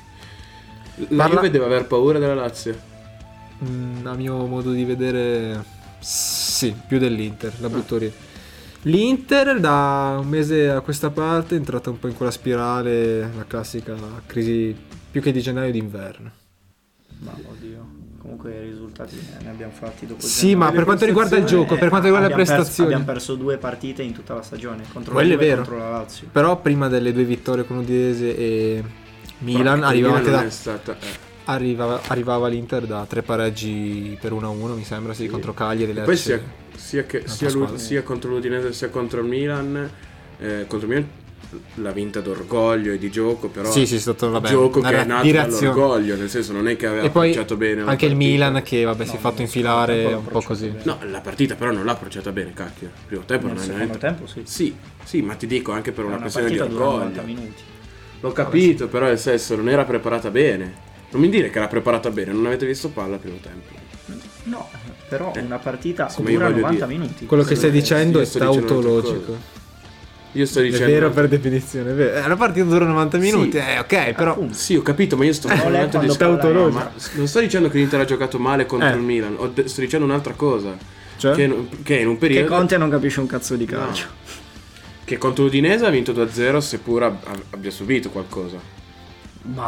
La Parla- Juve deve aver paura della Lazio. Mm, a mio modo di vedere sì, più dell'Inter, la butto lì. L'Inter da un mese a questa parte è entrata un po' in quella spirale, la classica crisi più che di gennaio d'inverno. Ma oddio, comunque i risultati ne abbiamo fatti dopo Sì, gennaio. ma per quanto riguarda il prestazioni, gioco, per quanto riguarda le Abbiamo perso- prestazioni, abbiamo perso due partite in tutta la stagione contro Quello la è Juve e vero. contro la Lazio. però prima delle due vittorie con Udinese e Milan Però arrivava, il anche Milan da, è stata, eh. arrivava, arrivava l'Inter da tre pareggi per uno a uno, mi sembra, sì, contro Cagliari, E Lecce. poi sia, sia, che, Un'altra sia, l'U- squadra. sia contro l'Udinese sia contro il Milan, eh, contro il Milan l'ha vinta d'orgoglio e di gioco, però Sì, sì, è stato, vabbè, gioco una che è re- nato di reazione. dall'orgoglio, nel senso non è che aveva E poi approcciato bene la anche il partita. Milan che vabbè si è No, fatto no, infilare secondo tempo un po' l'ha così. approcciato No, la partita però non l'ha approcciata bene, cacchio. Il primo tempo Nel non è secondo tempo sì. Sì, sì, ma ti dico anche per una, Una questione di partita dura orgoglio. novanta minuti. L'ho capito, però nel senso non era preparata bene. Non mi dire che era preparata bene, non avete visto palla al primo tempo. No, però Eh, una partita come io dura voglio novanta dire. minuti. Quello che stai Sì, dicendo io è sto dicendo un'altra tautologico. Io sto È dicendo vero per definizione, è vero. Eh, la partita dura novanta minuti, Sì. eh, ok, però Appunto. Sì, ho capito, ma io sto Ho letto parlando di quando parla- tautologico. ma non sto dicendo che l'Inter ha giocato male contro Eh. il Milan, ho de- sto dicendo un'altra cosa. Cioè? Che, in- che in un Che periodo Conte non capisce un cazzo di No. calcio. che contro l'Udinese ha vinto due a zero, seppur ab- abbia subito qualcosa. Ma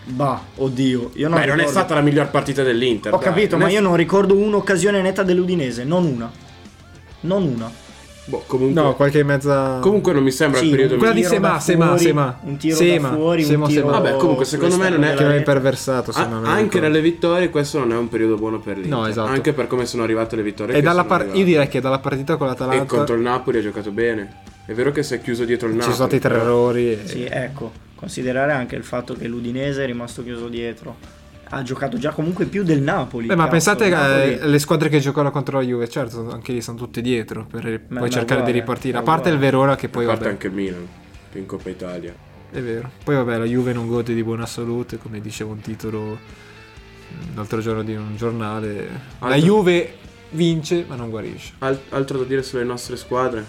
Bah, oddio, io non Beh, non è ricordo- stata la miglior partita dell'Inter. Ho dai. capito, Non ma è- io non ricordo un'occasione netta dell'Udinese, non una. Non una. Boh, comunque, No, qualche mezza... comunque non mi sembra Sì, il periodo un Quella di migliore. tiro Sema, da Sema, fuori, Sema. un tiro Sema, da fuori, Sema, un tiro Sema. Vabbè, comunque, secondo me non è- Che aveva imperversato, se A- non me lo anche ricordo. nelle vittorie questo non è un periodo buono per l'Inter. No, esatto. Anche per come sono arrivate le vittorie E che dalla sono par- arrivate. io direi che dalla partita con E l'Atalanta contro il Napoli ha giocato bene. È vero che si è chiuso dietro il ci Napoli. sono stati tre però- errori. e- Sì, ecco, considerare anche il fatto che l'Udinese è rimasto chiuso dietro. Ha giocato già comunque più del Napoli. Beh, ma cazzo, pensate il Napoli- eh, le squadre che giocano contro la Juve, certo, anche lì sono tutte dietro per Ma- poi ma cercare uguale, di ripartire. A ma parte il uguale. Verona che A poi parte vabbè, anche il Milan, che in Coppa Italia. è vero. Poi vabbè, la Juve non gode di buona salute, come diceva un titolo mm, l'altro giorno di un giornale. La Altro- Juve vince, ma non guarisce. Al- altro da dire sulle nostre squadre?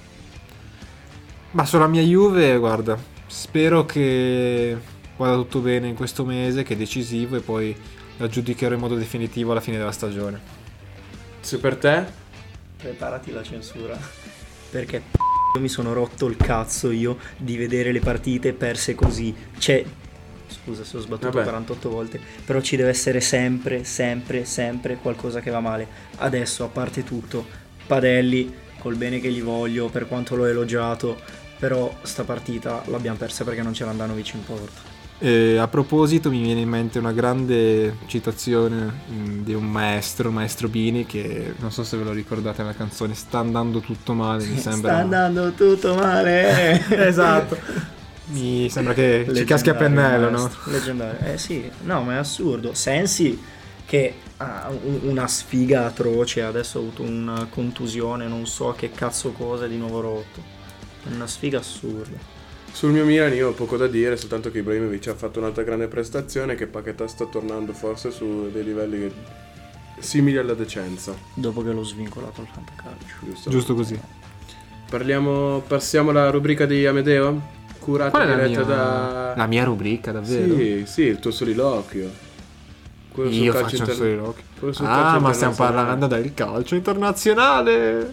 Ma sulla mia Juve, guarda, spero che vada tutto bene in questo mese, che è decisivo, e poi la giudicherò in modo definitivo alla fine della stagione. Se per te? Preparati la censura. Perché io mi sono rotto il cazzo io di vedere le partite perse così. C'è... Scusa se ho sbattuto Vabbè. quarantotto volte. Però ci deve essere sempre, sempre, sempre qualcosa che va male. Adesso, a parte tutto, Padelli, col bene che gli voglio, per quanto l'ho elogiato, però sta partita l'abbiamo persa perché non c'era Andanovic in porta. E a proposito mi viene in mente una grande citazione mh, di un maestro, il maestro Bini, che non so se ve lo ricordate, la canzone Sta andando tutto male, mi sembra. Sta andando tutto male. Esatto. Mi sembra che ci caschi a pennello, no? maestro, leggendario. Eh sì, no, ma è assurdo. Sensi che ha un- una sfiga atroce, adesso ha avuto una contusione, non so che cazzo cosa, è di nuovo rotto. Una sfiga assurda. Sul mio Milan io ho poco da dire, soltanto che Ibrahimovic ha fatto un'altra grande prestazione, che Paquetá sta tornando forse su dei livelli che- simili alla decenza. Dopo che l'ho svincolato al fantacalcio. Giusto? Giusto così. Parliamo, passiamo alla rubrica di Amedeo? Curata Qual è la diretta mia, da... la mia rubrica, davvero? Sì, sì, il tuo soliloquio. Quello sul Io calcio faccio il inter- soliloquio. quello sul Ah, calcio ma stiamo internazionale. parlando del calcio internazionale.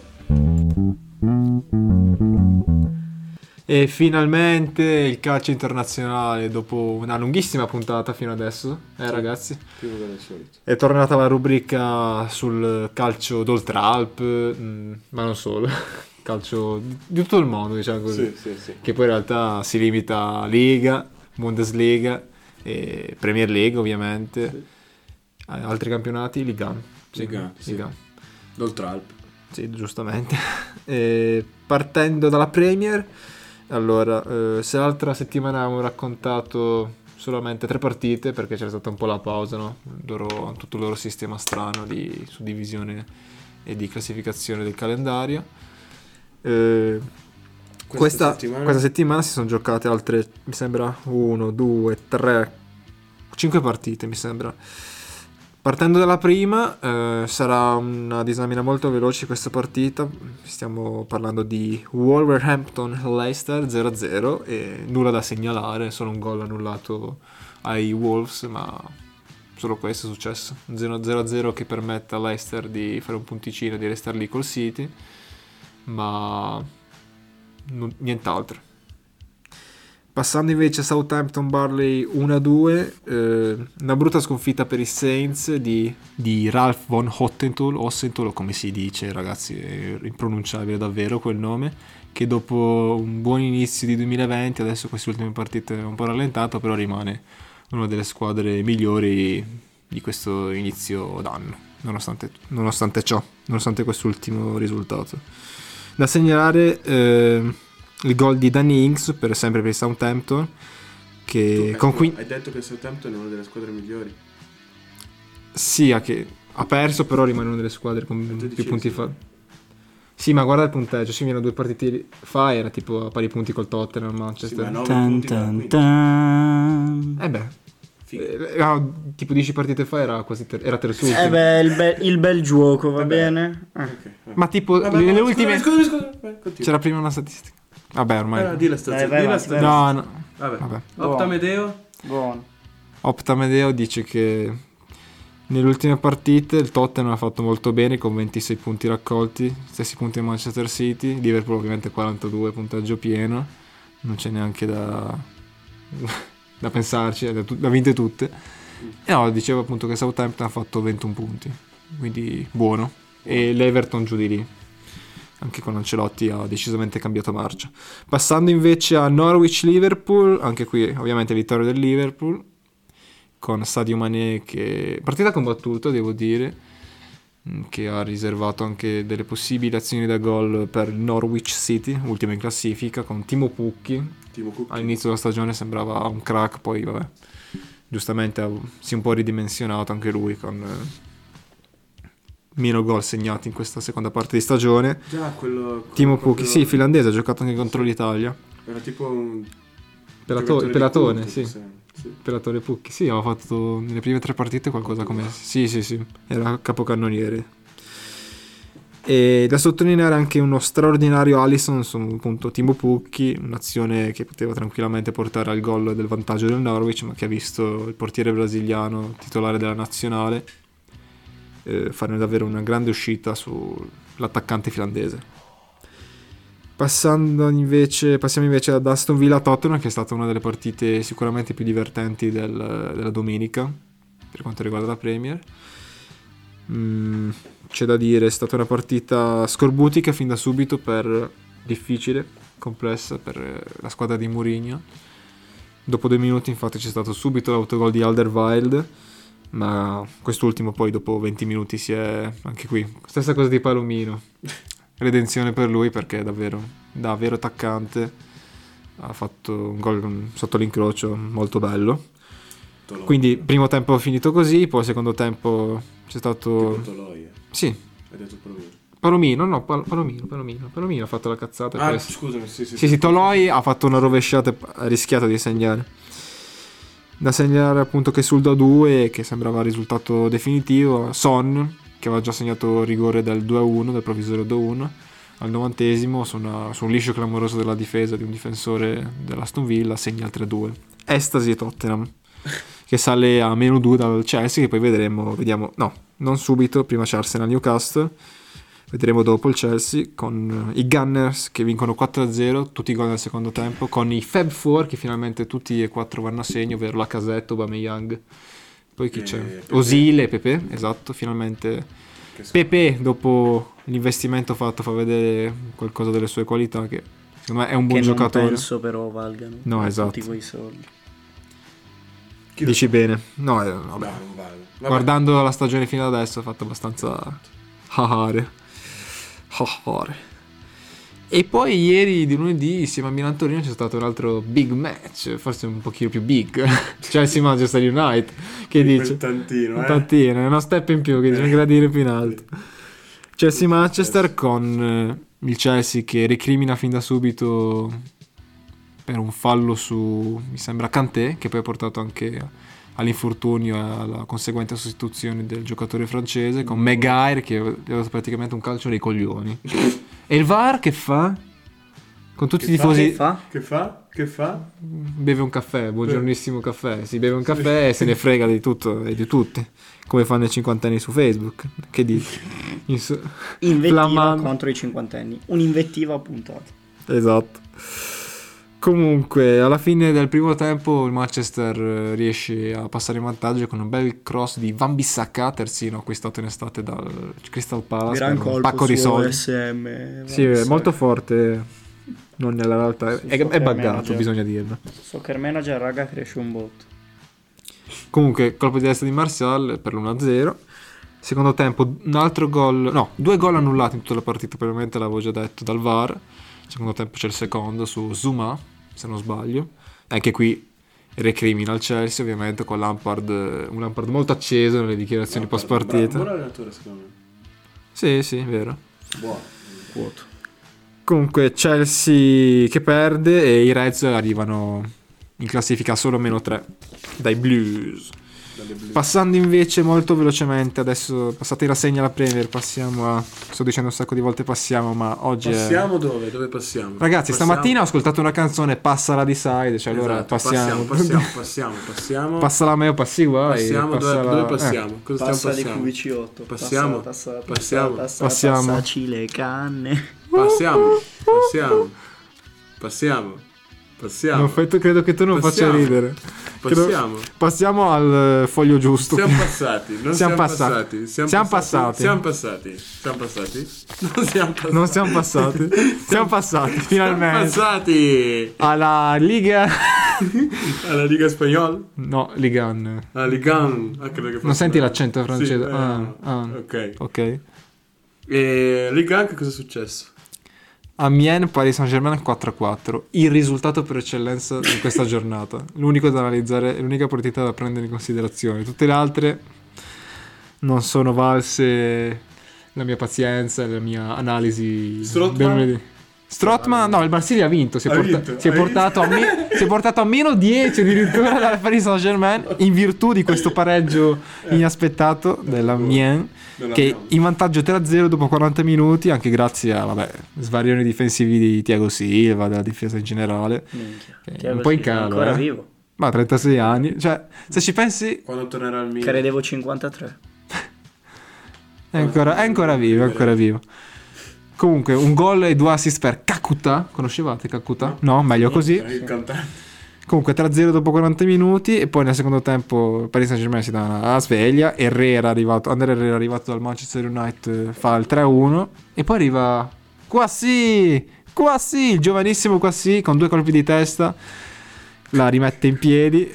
E finalmente il calcio internazionale, dopo una lunghissima puntata fino adesso, eh ragazzi, Più del solito. è tornata la rubrica sul calcio d'Oltralp, mh, ma non solo, calcio di, di tutto il mondo, diciamo così, Sì, sì, sì. che poi in realtà si limita a Liga, Bundesliga, e Premier League ovviamente, Sì. a- altri campionati, Liga uno. Sì, Liga uno, sì. Liga uno. D'Oltralp. Sì, giustamente. E partendo dalla Premier, allora, eh, se l'altra settimana avevamo raccontato solamente tre partite, perché c'era stata un po' la pausa, no? Il loro- tutto il loro sistema strano di suddivisione e di classificazione del calendario. Eh, questa, settimana? questa settimana si sono giocate altre, mi sembra, uno, due, tre, cinque partite, mi sembra. Partendo dalla prima, eh, sarà una disamina molto veloce questa partita. Stiamo parlando di Wolverhampton-Leicester zero a zero e nulla da segnalare, solo un gol annullato ai Wolves, ma solo questo è successo. Un zero a zero che permette a Leicester di fare un punticino e di restare lì col City, ma non- nient'altro. Passando invece a Southampton Barley uno a due, eh, una brutta sconfitta per i Saints di, di Ralph von Hottentul, Hossentul, o come si dice ragazzi, è impronunciabile davvero quel nome, che dopo un buon inizio di duemilaventi, adesso queste ultime partite è un po' rallentato, però rimane una delle squadre migliori di questo inizio d'anno, nonostante, nonostante ciò, nonostante quest'ultimo risultato. Da segnalare... Eh, il gol di Danny Ings, per sempre per il Southampton, che Tu, con ecco, qui hai detto che il Southampton è una delle squadre migliori. sia che ha perso, però rimane una delle squadre con più dodicesimo. punti fa. Sì, ma guarda il punteggio, sì, meno due partite fa era tipo a pari punti col Tottenham, Manchester. Sì, ma nove Tan, punti dalla tan, quinta. tan. Eh beh, Figo. eh, no, tipo dieci partite fa era quasi ter- era terzultimo. Eh beh, il, be- il bel gioco, va Vabbè. bene? Eh. Ok, vai. Ma tipo Vabbè, nelle vabbè, ultime Scusami, scusami, scusami. Vai, continua. c'era prima una statistica. Vabbè, ormai. Eh, di la stazione. Dai, vai di la avanti, vai stazione. No, no. Vabbè. Vabbè. Opta Medeo. Buono. Optamedeo dice che nelle ultime partite il Tottenham ha fatto molto bene con ventisei punti raccolti, stessi punti di Manchester City, Liverpool ovviamente quarantadue, punteggio pieno, non c'è neanche da, da pensarci, le ha vinte tutte. E no, dicevo appunto che Southampton ha fatto ventuno punti, quindi buono. E l'Everton giù di lì, anche con Ancelotti ha decisamente cambiato marcia. Passando invece a Norwich-Liverpool, anche qui ovviamente vittoria del Liverpool, con Sadio Mané che... partita combattuta, devo dire, che ha riservato anche delle possibili azioni da gol per il Norwich City, ultimo in classifica, con Timo Pukki. Timo Pukki. All'inizio della stagione sembrava un crack, poi vabbè, giustamente ha- si è un po' ridimensionato anche lui con eh, meno gol segnati in questa seconda parte di stagione. Già, quello... Timo quello Pukki, proprio- sì, finlandese, ha giocato anche contro l'Italia. Era tipo un... Pelato- giocatore di Pelatone, culto, sì. sì. Sì. Pelatore Pukki, sì, aveva fatto nelle prime tre partite qualcosa come... Sì, sì, sì, era capocannoniere. E da sottolineare anche uno straordinario Alisson su appunto Timo Pukki, un'azione che poteva tranquillamente portare al gol del vantaggio del Norwich, ma che ha visto il portiere brasiliano, titolare della nazionale, eh, fare davvero una grande uscita sull'attaccante finlandese. Passando invece, passiamo invece ad Aston Villa Tottenham, che è stata una delle partite sicuramente più divertenti del- della domenica per quanto riguarda la Premier. Mm, c'è da dire, è stata una partita scorbutica fin da subito, per difficile, complessa per eh, la squadra di Mourinho. Dopo due minuti infatti c'è stato subito l'autogol di Alderweireld, ma quest'ultimo poi dopo venti minuti si è, anche qui stessa cosa di Palomino, redenzione per lui, perché è davvero da vero attaccante ha fatto un gol sotto l'incrocio molto bello. Toloi. Quindi primo tempo finito così, poi secondo tempo c'è stato... Tipo Toloi, eh. Sì, Hai detto Palomino. Palomino, no, Pal- Palomino, Palomino, Palomino ha fatto la cazzata. Ah, poi- scusami, sì, sì. Sì, sì, Toloi ha fatto una rovesciata e ha rischiato di segnare. Da segnalare appunto che sul due a due, che sembrava il risultato definitivo, Son, che aveva già segnato rigore del due a uno, del provvisorio due a uno, al novantesimo, su, una- su un liscio clamoroso della difesa di un difensore dell'Aston Villa, segna il tre a due. Estasi Tottenham, che sale a meno due dal Chelsea, che poi vedremo, vediamo, no, non subito, prima c'è Arsenal-Newcastle, vedremo dopo il Chelsea, con i Gunners che vincono quattro a zero, tutti i gol nel secondo tempo, con i Fab Four che finalmente tutti e quattro vanno a segno, ovvero Lacazette, Aubameyang, poi chi E c'è? Pepe. Osile e Pepe, esatto, finalmente Che sc- Pepe dopo l'investimento fatto fa vedere qualcosa delle sue qualità, che secondo me è un buon che non giocatore. penso però valgano No, esatto. tutti quei soldi. Chi lo Dici sa? bene. No, eh, No, vabbè. non vale. Vabbè. Guardando la stagione fino ad adesso ha fatto abbastanza hahare. Hahare. E poi ieri di lunedì insieme a Milan Torino c'è stato un altro big match, forse un pochino più big. Chelsea Manchester United. Che Quel dice? tantino, Un eh. tantino, è uno step in più, che dice un gradino più in alto. Chelsea Manchester con eh, il Chelsea che recrimina fin da subito per un fallo su, mi sembra, Kanté, che poi ha portato anche all'infortunio e alla conseguente sostituzione del giocatore francese, con Maguire che gli ha dato praticamente un calcio nei coglioni. E il V A R che fa? Con tutti Che i fa? tifosi... Che fa? Che fa? Che fa? Beve un caffè, buongiornissimo caffè. Si beve un caffè e se ne frega di tutto e di tutti, come fanno i cinquantenni su Facebook. Che dici? Insu- Invettiva Flamman- contro i cinquantenni. Un'invettiva a puntata. Esatto. Comunque, alla fine del primo tempo il Manchester eh, riesce a passare in vantaggio con un bel cross di Wan-Bissaka, terzino acquistato in estate dal Crystal Palace Gran per un colpo pacco di su soldi. O S M. Sì, è molto forte, non nella realtà, Sì, è, so è che buggato, manager. bisogna dirlo. Soccer manager, raga, cresce un botto. Comunque, colpo di destra di Martial per l'uno a zero. Secondo tempo, un altro gol, no, due gol annullati in tutta la partita, probabilmente l'avevo già detto, dal V A R. Secondo tempo c'è il secondo su Zuma, se non sbaglio. Anche qui recrimina il Chelsea, ovviamente, con Lampard, un Lampard molto acceso nelle dichiarazioni post partita. Buon allenatore, secondo me. Sì, sì, vero. Buono. Quoto. Comunque Chelsea che perde e i Reds arrivano in classifica solo a meno tre dai Blues. Dalle blu. Passando invece molto velocemente, adesso passate in rassegna la Premier, passiamo a... sto dicendo un sacco di volte passiamo, ma oggi Passiamo dove? Dove passiamo? Ragazzi, Passiamo- stamattina ho ascoltato una canzone, Passala di Side, cioè allora Esatto, passiamo... passiamo, passiamo, passiamo. Passala a me o passi guai. Passiamo, dove, passala- dove eh. passiamo? Cosa Passa stiamo di passando? Q V C otto. Passiamo, Passa, passa, passiamo, passa, passiamo. Passaci le canne. Passiamo, passiamo, passiamo. Passiamo. Non fai tu, credo che tu non Passiamo. faccia ridere. Credo- Passiamo. Passiamo al foglio giusto. Siamo passati. Non Siamo siamo passati. passati. Siamo passati. Siamo passati. Siamo passati. Non siamo passati. Non siamo passati. Siamo passati, finalmente. Siamo passati Alla Liga. alla Liga Spagnola. No, Ligan. Alla Liga uno. Ah, credo che fosse- Non senti l'accento francese? Sì, eh, Ah, ah. Ok. Ok. E Liga uno che cosa è successo? Amiens Paris Saint-Germain quattro a quattro. Il risultato per eccellenza di questa giornata. L'unico da analizzare, l'unica partita da prendere in considerazione. Tutte le altre non sono valse la mia pazienza e la mia analisi. Strootman? ben- Strootman, no, il Marsiglia ha vinto. Si è, Ha porta- vinto, si è hai portato a me- si è portato a meno dieci addirittura dal Paris Saint-Germain in virtù di questo pareggio inaspettato della Amiens, Della che Amiens. in vantaggio tre a zero dopo quaranta minuti, anche grazie a vabbè, svarioni difensivi di Thiago Silva, della difesa in generale. Minchia. Che è Thiago un po' in Silva è calo, ancora eh. vivo. Ma trentasei anni, cioè se ci pensi Quando tornerà al Milan? Credevo cinquantatré. è ancora, è ancora vivo, è ancora vivo. Comunque un gol e due assist per Kakuta, conoscevate Kakuta? No, meglio così. Il cantante. Comunque tre a zero dopo quaranta minuti e poi nel secondo tempo Paris Saint-Germain si dà una sveglia. Herrera è arrivato, André Herrera è arrivato dal Manchester United, fa il tre a uno e poi arriva Kouassi, Kouassi, il giovanissimo Kouassi con due colpi di testa, la rimette in piedi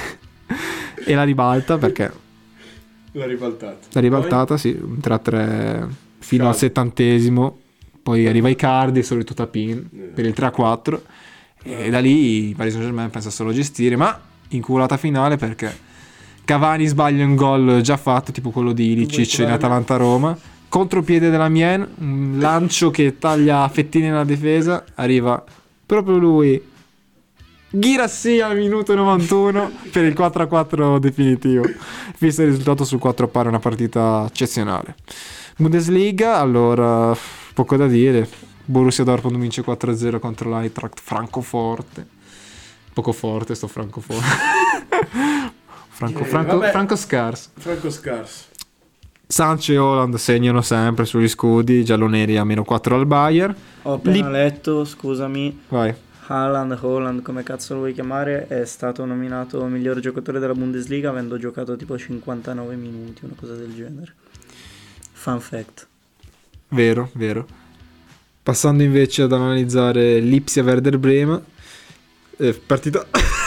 e la ribalta perché L'ha ribaltata. la ribaltata, sì, un tre a tre fino Caldo. al settantesimo, poi arriva Icardi, solito tapin per il tre a quattro e da lì Paris Saint-Germain pensa solo a gestire, ma inculata finale perché Cavani sbaglia un gol già fatto, tipo quello di Ilicic in Atalanta-Roma, contropiede dell'Amiens, un lancio che taglia a fettine nella difesa, arriva proprio lui, Guirassy al minuto novantuno per il quattro a quattro definitivo. Visto il risultato sul quattro a pari, una partita eccezionale. Bundesliga, allora poco da dire. Borussia Dortmund vince quattro a zero contro l'Eintracht Francoforte. Poco forte sto Francoforte. Franco, Eh, Franco, vabbè. Franco scarso. Franco scarso. Sancho e Haaland segnano sempre sugli scudi gialloneri a meno quattro al Bayern. Ho appena Lì- letto, scusami, Vai. Haaland, Holland, come cazzo lo vuoi chiamare, è stato nominato miglior giocatore della Bundesliga avendo giocato tipo cinquantanove minuti, una cosa del genere. Fun fact. Vero, vero. Passando invece ad analizzare Lipsia Werder Bremen, eh, partita.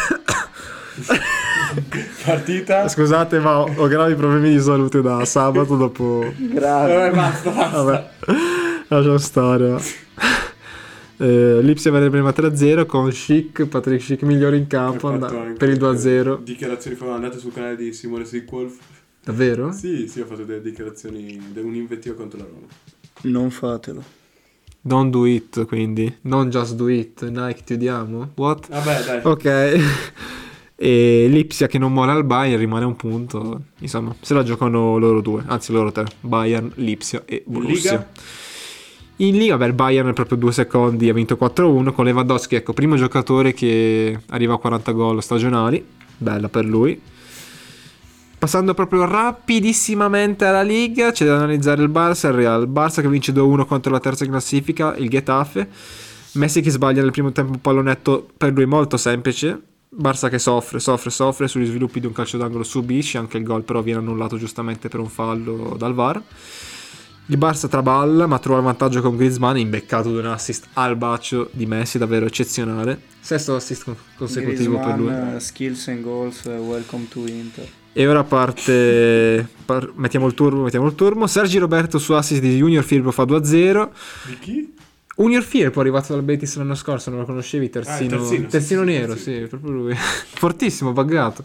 Partita. Scusate, ma ho, ho gravi problemi di salute da sabato dopo. Grave. Vabbè, basta, basta. Vabbè, lasciamo stare. va. Eh, Lipsia Werder Bremen tre a zero con Schick, Patrick Schick migliore in campo Ho and- fatto anche per il due a zero. Dichiarazioni fa andate sul canale di Simone Sickwolf. Davvero? Sì, sì, ho fatto delle dichiarazioni, un'invettiva contro la Roma. Non fatelo. Don't do it, quindi. Non just do it. Nike, ti odiamo? What? Vabbè, dai. Ok. E Lipsia che non molla al Bayern, rimane un punto. Insomma, se la giocano loro due, anzi loro tre. Bayern, Lipsia e Borussia. Liga? In Liga, beh, il Bayern proprio due secondi ha vinto quattro a uno con Lewandowski, ecco, primo giocatore che arriva a quaranta gol stagionali. Bella per lui. Passando proprio rapidissimamente alla Liga, c'è da analizzare il Barça e il Real. Barça che vince due a uno contro la terza classifica, il Getafe. Messi che sbaglia nel primo tempo un pallonetto per lui molto semplice. Barça che soffre, soffre, soffre sugli sviluppi di un calcio d'angolo, subisce anche il gol, però viene annullato giustamente per un fallo dal V A R. Il Barça traballa ma trova il vantaggio con Griezmann, imbeccato di un assist al bacio di Messi, davvero eccezionale. Sesto assist con- consecutivo per lui. Griezmann, skills and goals, uh, welcome to Inter. E ora parte par- mettiamo il turbo, mettiamo il turbo. Sergi Roberto su assist di Junior Firpo fa due a zero. Di chi? Junior Firpo arrivato dal Betis l'anno scorso, non lo conoscevi, terzino, Ah, il terzino, terzino sì, sì, nero, sì, sì, proprio lui. Fortissimo, buggato.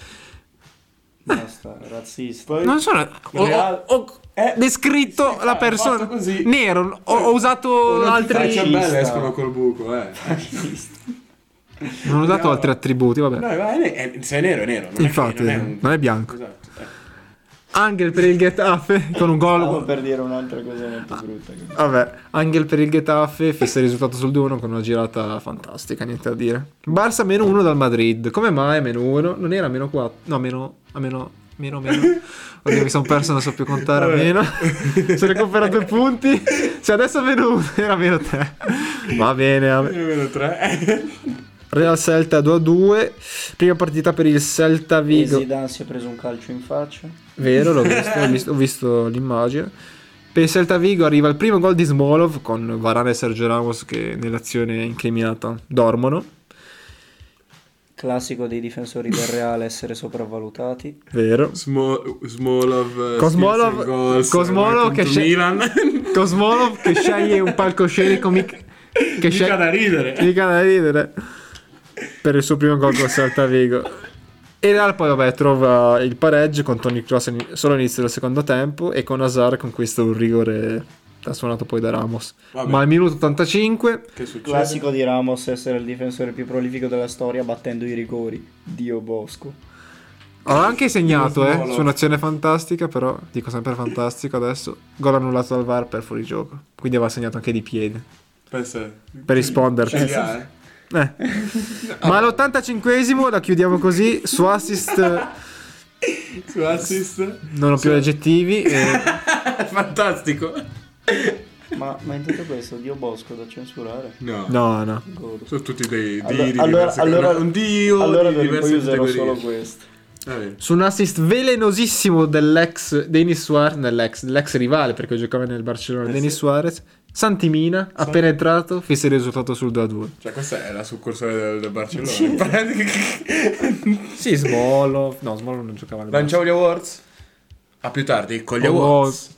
Basta, razzista. Poi Non so, ho, ho- Real- ho Eh, descritto sì, sì, la fa- persona fatto così. nero, ho, ho usato Non ti altri faccia bene, Fascista. escono col buco, eh. non ho dato altri attributi, vabbè. No, ma è ne- è- se è nero è nero, non Infatti, è, non è, un... non è bianco. Esatto. eh. Angel per il Getafe con un Stavo gol. per dire un'altra cosa molto brutta. Vabbè, Angel per il Getafe fissa il risultato sul due a uno con una girata fantastica, niente da dire. Barça meno uno dal Madrid. Come mai meno uno? Non era meno quattro? No, meno a meno meno meno. Oddio, mi sono perso, non so più contare a Vabbè. meno. Si è recuperato due punti. Se adesso è meno uno, era meno tre. Va bene, vabbè. Meno tre. Real Celta due a due. Prima partita per il Celta Vigo. Zidane si è preso un calcio in faccia. Vero, l'ho visto, ho visto, ho visto l'immagine. Per il Celta Vigo arriva il primo gol di Smolov con Varane e Sergio Ramos che nell'azione incriminata dormono. Classico dei difensori del Real essere sopravvalutati. Vero. Smo- Smolov, Cosmolov, goals, Cosmolov che, sce- Milan. Cosmolov che sceglie un palcoscenico mic- che Mica sceglie da ridere. mica da ridere per il suo primo gol con Celta Vigo. E Real poi vabbè trova il pareggio con Toni Kroos solo all'inizio del secondo tempo e con Hazard conquista un rigore suonato poi da Ramos. Vabbè. Ma al minuto ottantacinque Che succede? Classico di Ramos essere il difensore più prolifico della storia battendo i rigori. Dio Bosco. ho anche segnato eh, Smolov. su un'azione fantastica, però dico sempre fantastico adesso, gol annullato dal V A R per fuorigioco, quindi aveva segnato anche di piede Pensa- per risponderci. Ce li ha, eh? Eh. Ma all'ottantacinquesimo la chiudiamo così su assist. Su assist. Non ho più aggettivi e... Fantastico. Ma, ma in tutto questo, Dio Bosco da censurare? No. No, no. Godo. Sono tutti dei Allora- dio di allora- diverse allora- un dio Allora di d'ora in diverse poi userò categorie. solo questo. Vabbè. Su un assist velenosissimo dell'ex Denis Suarez, dell'ex, dell'ex rivale perché giocava nel Barcellona, Eh, Denis sì. Suarez, Santimina, appena entrato, fissa il risultato sul due a due. Cioè questa è la succursale del, del Barcellona. Sì, Smolov. No, Smolov non giocava nel Lanciamo gli awards. A più tardi con gli Oh, awards.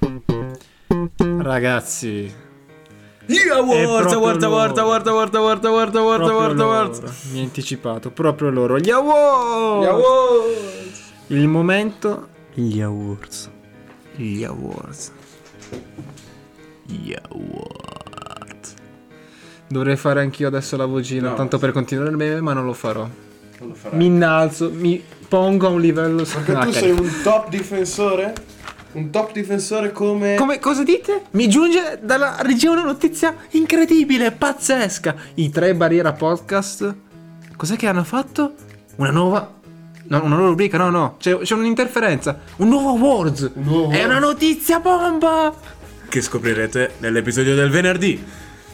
Ragazzi, Gli È awards, proprio awards, loro. awards, awards, awards, awards, awards, proprio awards, loro. awards. Mi ha anticipato, proprio loro. Gli awards! Gli awards. Il momento. Gli awards. Gli awards. Gli awards. Dovrei fare anch'io adesso la vocina, No, tanto sì. per continuare il meme, ma non lo farò. Non lo farai. Mi innalzo, mi pongo a un livello. Perché Ah, tu ok. sei un top difensore? Un top difensore come... Come, cosa dite? Mi giunge dalla regione una notizia incredibile, pazzesca. I tre Barriera Podcast. Cos'è che hanno fatto? Una nuova. No, una nuova rubrica, no, no. C'è, c'è un'interferenza. Un nuovo awards. Un nuovo È una awards. notizia bomba. Che scoprirete nell'episodio del venerdì.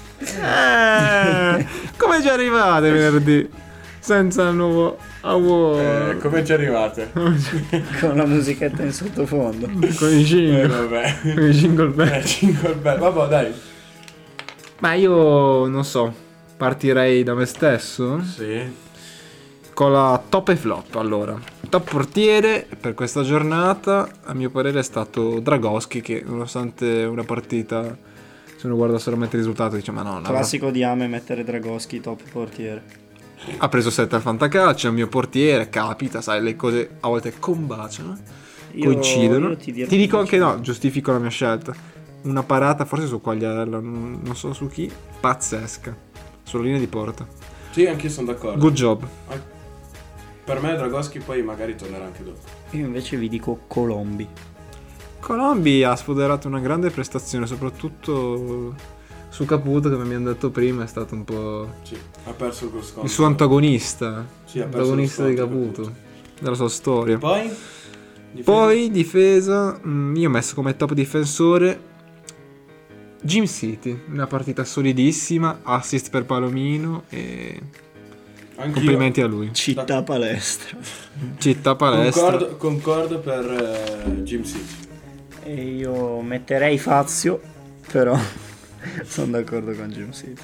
Eh, come ci arrivate venerdì? Senza il nuovo award. Eh, come ci arrivate? Con la musichetta in sottofondo. Con i Eh, jingle. vabbè. Con i jingle bell. Eh, jingle bell. Vabbè, dai. Ma io non so. Partirei da me stesso. Sì. Con la top e flop, allora. Top portiere per questa giornata, a mio parere, è stato Dragoschi, che nonostante una partita, se uno guarda solamente il risultato, dice ma no, no, Classico di Ame mettere Dragoschi top portiere. ha preso sette al fantacalcio, è un mio portiere, capita, sai, le cose a volte combaciano, Io- coincidono. io ti dirò Ti dico che anche coincido. no, giustifico la mia scelta. Una parata, forse su Quagliarella, non, non so su chi, pazzesca, sulla linea di porta. Sì, anch'io sono d'accordo. Good job. Per me Dragoschi poi magari tornerà anche dopo. Io invece vi dico Colombi. Colombi ha sfoderato una grande prestazione, soprattutto su Caputo, come mi hanno detto prima, è stato un po' Sì, ha perso il scontro. il suo antagonista, Sì, ha perso l'antagonista lo di scontro, Caputo, Caputo. della sua storia. Poi? Difesa? Poi difesa, mm, io ho messo come top difensore Jim City, una partita solidissima, assist per Palomino e Anch'io. complimenti a lui. Città palestra. Città palestra. Concordo, concordo per eh, Jim City. E io metterei Fazio, però sono d'accordo con Jim City.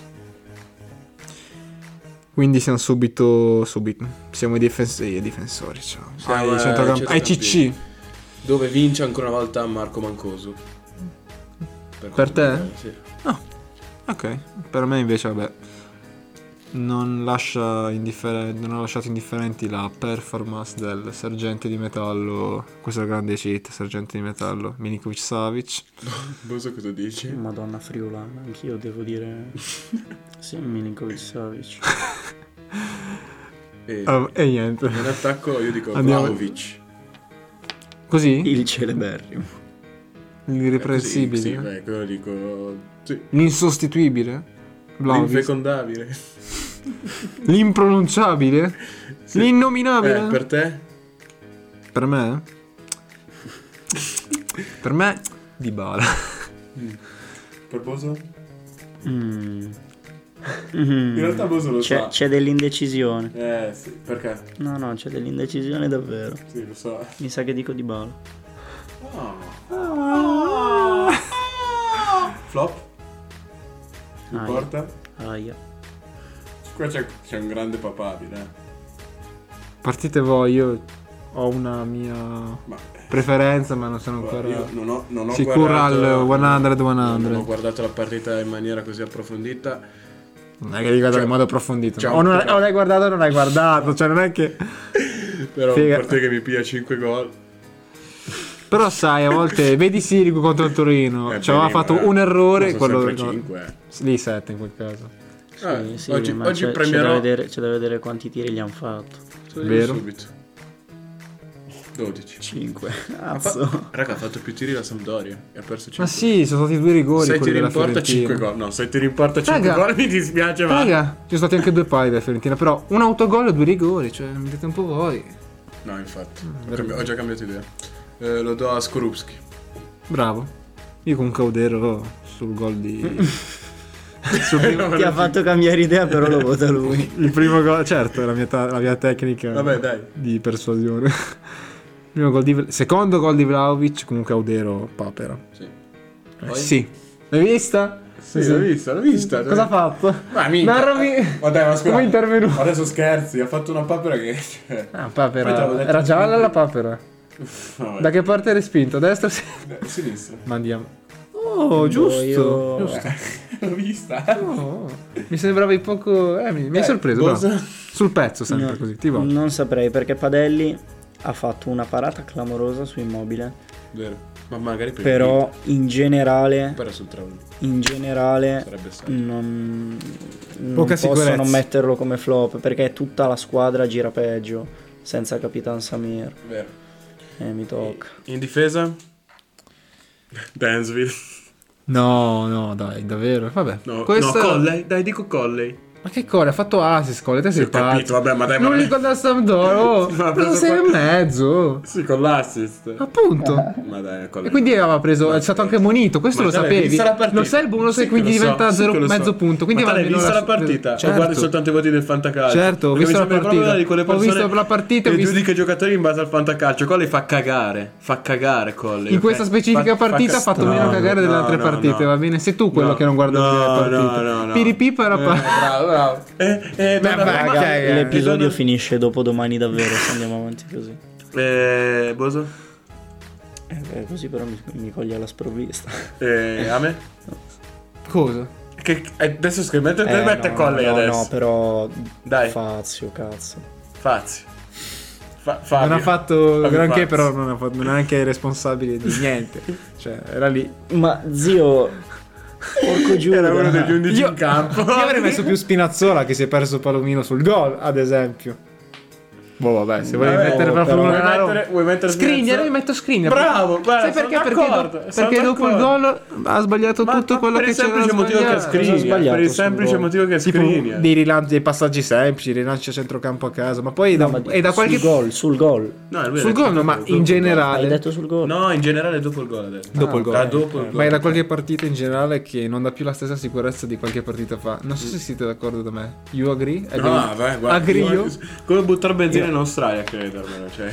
Quindi siamo subito, subito. Siamo i difensori, i difensori, ciao. Siamo Ai ai centrocamp- ai C C. centrocampisti. Dove vince ancora una volta Marco Mancosu. Per te? Sì. Ok, per me invece vabbè non lascia indifferenti, non ha lasciato indifferenti la performance del sergente di metallo, questo è il grande cheat, sergente di metallo, Milinkovic Savic. Non so cosa dici. Madonna friulana, anch'io devo dire sì, Milinkovic Savic. E Ah, e niente, in attacco io dico Andiamo. Vlahovic. così? Il celeberrimo. L'irreprensibile, Sì, sì, beh, quello dico. Sì. l'insostituibile, Vlahovic. L'infecondabile. L'impronunciabile, Sì. l'innominabile. Eh, per te? Per me? Per me Dybala. Per Boso? Mm. Mhm. In realtà Boso lo c'è, sa. c'è dell'indecisione. Eh sì, perché? No, no, c'è dell'indecisione davvero. Sì, lo so. Mi sa che dico Dybala. Oh. Flop? Non Aia. importa? Aia. Qua c'è, c'è un grande papabile. eh. Partite voi, io ho una mia Ma preferenza, ma non sono guarda, ancora io non ho, non ho sicuro al guardato, cento Non ho cento. guardato la partita in maniera così approfondita. Non è che devi guardare Cioè, in modo approfondito. cioè, no? O, non, però- o l'hai guardato o non hai guardato, cioè non è che... Però Figa. a parte che mi piglia cinque gol. Però sai, a volte vedi Sirigu contro il Torino, Eh, ci aveva bene, fatto ma- un errore, ma sono quello sempre no, cinque. eh. lì sette in quel caso. Eh, Sì, sì, oggi ma oggi c'è, c'è, premierò. da vedere, c'è da vedere quanti tiri gli hanno fatto. Te lo dico Vero? subito. dodici. cinque. Ha fa- Raga, ha fatto più tiri la Sampdoria e ha perso cinque. Ma sì, sono stati due rigori sei quelli tiri della in porta, Fiorentina. cinque gol. No, sei tiri in porta, cinque Raga. gol. Mi dispiace, ma. Raga, ci sono stati anche due pari della Fiorentina, però un autogol e due rigori, cioè mi dite un po' voi. No, infatti. Mm, Ho, cambi- ho già cambiato idea. Eh, lo do a Skorupski. Bravo. Io con Caudero sul gol di... sul primo- Ti ha fatto cambiare idea, però lo vota lui. il primo gol, certo, è la mia, ta- la mia tecnica Vabbè, dai. di persuasione. Primo gol di... Secondo gol di Vlahovic, comunque Caudero papera. Sì. Eh, Poi? sì. L'hai vista? Sì, l'ho vista, l'ho vista. Cosa ha fatto? Ma minchia. Narrami Ma dai, ma scusa. come è intervenuto. Adesso scherzi, ha fatto una papera che. Cioè... Ah, Poi te l'avevo papera. detto Era gialla cinque. la papera. Vabbè. Da che parte hai respinto? Destra o sinistra? Eh, Sinistra. Ma andiamo. Oh, giusto. io- giusto. L'ho vista. Oh, mi sembravi poco... Eh, mi, mi hai sorpreso, cosa? bravo. Sul pezzo sempre No, così, ti va. non saprei perché Padelli ha fatto una parata clamorosa su Immobile. Vero. Ma magari per Però in generale, Però sul travel. in generale Sarebbe stato. non, non Poca posso sicurezza. non metterlo come flop perché tutta la squadra gira peggio senza Capitan Samir. Vero. E mi tocca. In difesa? Dansville. No, no, dai, davvero. Vabbè. No, Questa... no, Colley. Dai, dico Colley. Ma che cosa? Ha fatto assist, Cole, te sei Sì, ho capito, pazzo. vabbè, ma dai, ma- L'unico da Sampdoria, oh, Ma ha però preso sei qua- e mezzo. Sì, con l'assist. Appunto. Ma dai, Colley. E quindi aveva preso, è stato anche monito, questo Ma lo te l'hai sapevi. vista la partita? Lo sai il bonus Sì e che quindi lo so, diventa sì zero, che lo so. mezzo punto. Quindi Ma te va l'hai almeno vista la la- partita? Certo. O guardi soltanto i voti del fantacalcio? Certo, ho Perché visto mi la sembra proprio partita. una di quelle Ho persone visto la partita, ho che visto- giudica i giocatori in base al fantacalcio. Colley fa cagare. Fa cagare Colley. In ok? questa specifica Fa- partita fa ha fatto ca- meno no, cagare delle no, altre no, partite, no. va bene? Sei tu quello No, che non guarda no, le partite. no, no, no. Piripip era pa- Bravo, bravo. Eh, eh, Beh, no, no, vai, ma- ok, eh. L'episodio eh, finisce dopo domani davvero se andiamo avanti così. Eh, Boso? Eh, beh, così però mi, mi coglie alla sprovvista. Eh, a me? Cosa? Che, eh, adesso scrivi, mette, Eh, mette no, Colley no, adesso. no, però Dai. Fazio, cazzo. Fazio. Fa, Fabio. Non ha fatto Fabio granché, Fazio. però non, ha fatto, non è neanche responsabile di niente. Cioè, era lì. Ma zio, porco giù. Era uno degli undici Io- in campo. Io avrei messo più Spinazzola che si è perso Palomino sul gol, ad esempio. Boh, vabbè, se volevi Vabbè, mettere però- proprio Vuoi una mettere, vuoi mettere Skriniar, Spinazzola? io metto Skriniar. Bravo, guarda, Sai perché? sono Perché, d'accordo, do- sono perché dopo il d'accordo. gol ha sbagliato Ma- tutto ma quello per che il c'era da semplice motivo che è sbagliare. Cosa ha Skriniar. sbagliato Per il sul semplice gol? motivo che è Tipo Skriniar. dei rilanci, dei passaggi semplici, rilanci a centrocampo a caso, ma poi da, No, ma e da qualche sul gol, sul gol. No, lui ha sul detto gol, no, dopo- ma dopo in il gol. generale Hai detto sul gol? No, in generale dopo il gol adesso. dopo il gol. Da dopo il gol. Ma è da qualche partita in generale che non dà più la stessa sicurezza di qualche partita fa. Non so se siete d'accordo da me. You agree? Agree? No, vai, guarda. Agree io? Come buttare benzina in Australia, credermelo, cioè.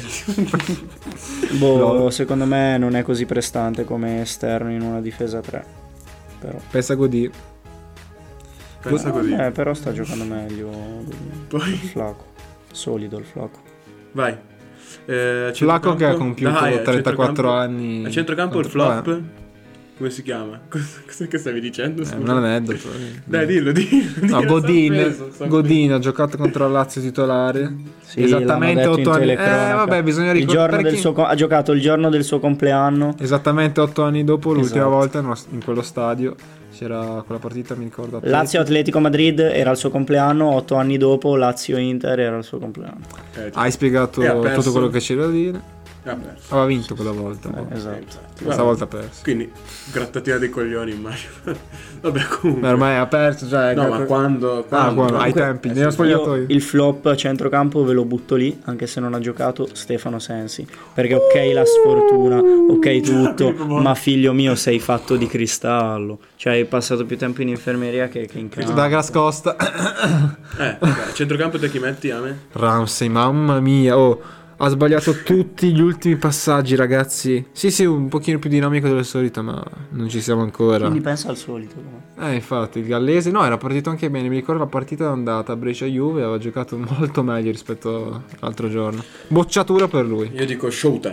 Boh, secondo me non è così prestante come esterno in una difesa tre. Però, Pensa Godì. Pensa così. eh, però sta giocando meglio Poi, il Flaco. Solido il Flaco. vai. Eh, Flaco che ha centrocampo? compiuto Dai, a trentaquattro centrocampo- anni. A centrocampo il Vabbè. flop. Come si chiama? Cosa, cos'è che stavi dicendo? È Scusa? un aneddoto. Dai, dillo, dillo. No, dillo, Godin, son preso, son Godin ha giocato contro la Lazio titolare. Sì, Esattamente l'hanno detto otto in anni. telecronaca. Eh, vabbè, bisogna il ricordare giorno del chi- suo co- ha giocato il giorno del suo compleanno. Esattamente otto anni dopo, l'ultima Esatto. volta in uno- in quello stadio. C'era quella partita, mi ricordo. Atletico. Lazio Atletico Madrid era il suo compleanno, otto anni dopo Lazio Inter era il suo compleanno. preso. Eh, Hai spiegato E ha perso. tutto quello che c'era da dire. Ha perso. Aveva vinto quella volta. Eh, esatto. Infatti. Questa volta ha perso. Quindi, grattatina dei coglioni, immagino. Vabbè, comunque. Ma ormai ha perso, cioè. No, ma quando... Ah, quando- quando? Ai comunque- tempi, eh, nello sì, spogliatoio. Io il flop a centrocampo ve lo butto lì, anche se non ha giocato, Stefano Sensi. Perché ok la sfortuna, ok tutto, ma figlio mio sei fatto di cristallo. Cioè hai passato più tempo in infermeria che, che in campo. Da Gas Costa. Eh, ok. Centrocampo te chi metti, Ame? Ramsey, mamma mia. Oh, ha sbagliato tutti gli ultimi passaggi, ragazzi. Sì, sì, un pochino più dinamico del solito, ma non ci siamo ancora. Quindi pensa al solito. Eh, infatti, il gallese, no, era partito anche bene. Mi ricordo la partita d'andata a Brescia-Juve, aveva giocato molto meglio rispetto all'altro giorno. Bocciatura per lui. Io dico Showtime.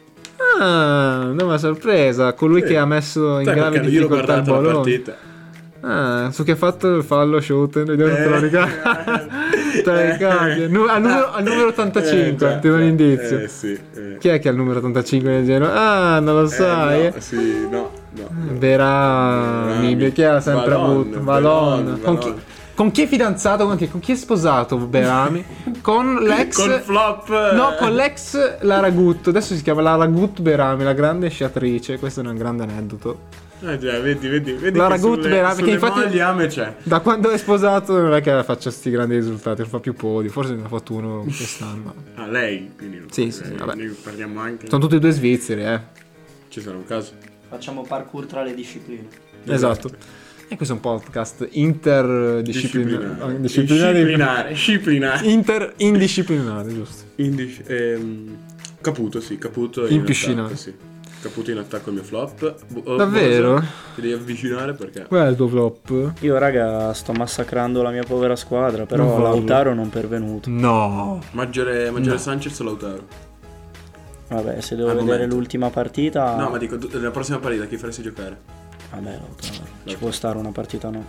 Ah, no, ma sorpresa. Colui Sì. che ha messo in Sai, grave perché io l'ho difficoltà il guardata la Bologna. partita. Ah, su che ha fatto il fallo Schouten, vediamo se te lo ricordi. Te lo ricordi? Nu- al, numero, al numero ottantacinque, Eh, ti do un già, indizio. Eh, sì. Eh. Chi è che ha il numero ottantacinque nel Genoa? Ah, non lo sai. Eh, no, sì, no, no. Berami, Berami. chi ha sempre Valon, avuto? Valon. Valon, Con, chi, Valon. con chi è fidanzato? Con chi, con chi è sposato Berami? Con l'ex... Col flop. No, con l'ex Lara Gut. Adesso si chiama Lara Gut Berami, la grande sciatrice. Questo è un grande aneddoto. Eh già, vedi, vedi, vedi Lara che Gut sulle, Berami, sulle perché infatti- mogli Ame c'è. Da quando è sposato non è che faccia sti grandi risultati, non fa più podi, forse ne ha fatto uno quest'anno. Ah, lei, quindi Sì, sì, sì, eh, vabbè. ne parliamo anche. Sono tutti e due svizzeri, eh. Ci sarà un caso. Facciamo parkour tra le discipline. Esatto. E questo è un podcast interdisciplinare. Disciplinare. Disciplinare. Disciplinare. Inter indisciplinare, giusto. Indici- ehm, Caputo, sì, Caputo In piscina. attacco, sì. Caputo in attacco al mio flop. Bu- oh, Davvero? Bosa, ti devi avvicinare perché Qual è il tuo flop? Io raga sto massacrando la mia povera squadra, però Non farlo. Lautaro non pervenuto. No. Maggiore, Maggiore Sanchez o Lautaro? Vabbè, se devo Al vedere momento. l'ultima partita. No, ma dico, du- nella prossima partita chi faresti giocare? Vabbè, Lautaro. Ci può stare una partita no.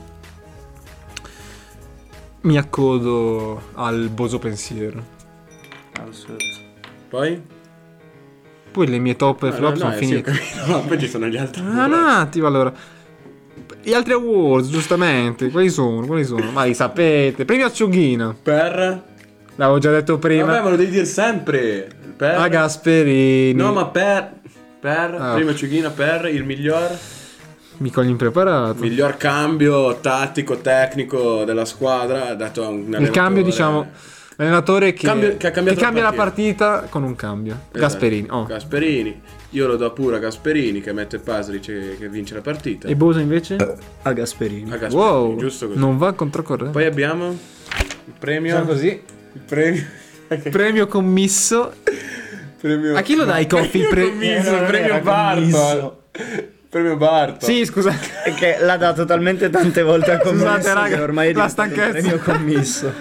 Mi accodo al boso pensiero. Al solito. Poi? Poi le mie top e flop no, sono no, eh, sì, finite. ho capito. No, poi ci sono gli altri. Ah, un attimo allora. Gli altri awards, giustamente. Quali sono? Quali sono? Ma li sapete. Premio Acciughina. Per? L'avevo già detto prima. Vabbè, ma lo devi dire sempre. Per? A Gasperini. No, ma per... Per? Ah. Prima Ciughina per il miglior... Mi cogli impreparato. Miglior cambio tattico, tecnico della squadra. Ha dato a un Il allenatore- cambio, diciamo. L'allenatore che, Cambio- che ha cambiato che cambia la la partita con un cambio. Esatto. Gasperini. Oh. Gasperini. Io lo do pure a Gasperini che mette Pasric e che vince la partita. E Bosa invece? A Gasperini. A Gasperini, Wow. giusto così. Non va controcorrente. Poi abbiamo il premio. Facciamo così. Il premio. Premio commisso. premio... A chi lo dai i coffee? Il pre- commisso, Eh, non il premio era Bartol. commisso. Premio Bartol. Sì, scusa. Che l'ha dato talmente tante volte a commisso Scusate, raga, che ormai è la diventato un stanchezza. premio commisso.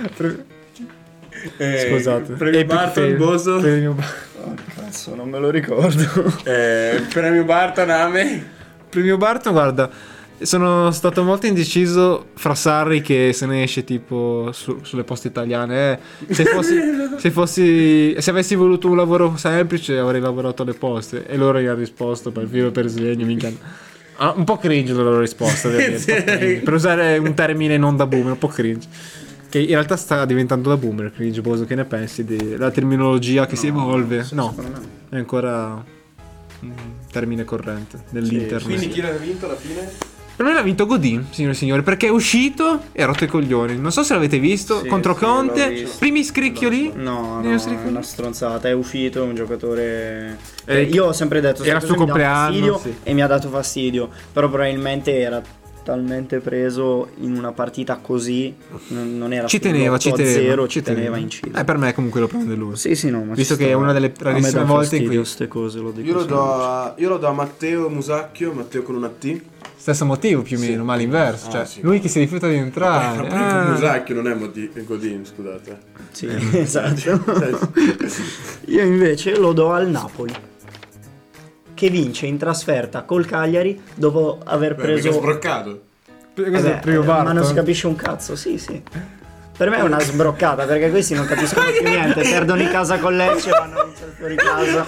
Eh, Scusate. Premio Epic Bartol, fail. Boso. Premio, Ba- Cazzo, non me lo ricordo. Eh, premio Barton Ame. Premio Barton, guarda. Sono stato molto indeciso fra Sarri che se ne esce tipo su- sulle poste italiane. Eh, se, fossi, se fossi se avessi voluto un lavoro semplice avrei lavorato alle poste. E loro gli hanno risposto per filo per segno. Minchia. Ah, un po' cringe la loro risposta, devo dire, un po' cringe. Per usare un termine non da boomer, un po' cringe. Che in realtà sta diventando da boomer, cringe. Boso, che ne pensi della terminologia che si evolve? No, è ancora un termine corrente nell'internet. Quindi chi l'ha vinto alla fine? Per me l'ha vinto Godin, signore e signori, perché è uscito e ha rotto i coglioni. Non so se l'avete visto, Sì, contro sì, l'ho Conte, visto. primi scricchioli. No, Primi no, è scricchioli. una stronzata. È uscito, è un giocatore. Eh, Eh, io ho sempre detto era sta il suo cosa mi dà compleanno, fastidio sì. e mi ha dato fastidio. Però probabilmente era talmente preso in una partita così. Non, non era Ci teneva, ci teneva, zero, ci ci teneva in cima. Eh, per me comunque lo prende lui. Sì, sì, no, ma Visto ci che sta. è una delle A me rarissime dà volte in fastidio cui queste cose, lo dico Io lo, sempre. do a, io lo do a Matteo Musacchio, Matteo con una T. stesso motivo più o meno, ma l'inverso, Ah, cioè sì. lui che si rifiuta di entrare. Con Ah. Musacchio non è Modi- Godin, scusate. Sì, esatto. Io invece lo do al Napoli, che vince in trasferta col Cagliari dopo aver preso. sbroccato. Questo è Vabbè, il primo eh, ma non Barton. si capisce un cazzo, sì, sì. Per me è una sbroccata perché questi non capiscono più niente. Perdono in casa con Lecce, vanno a vincere fuori casa.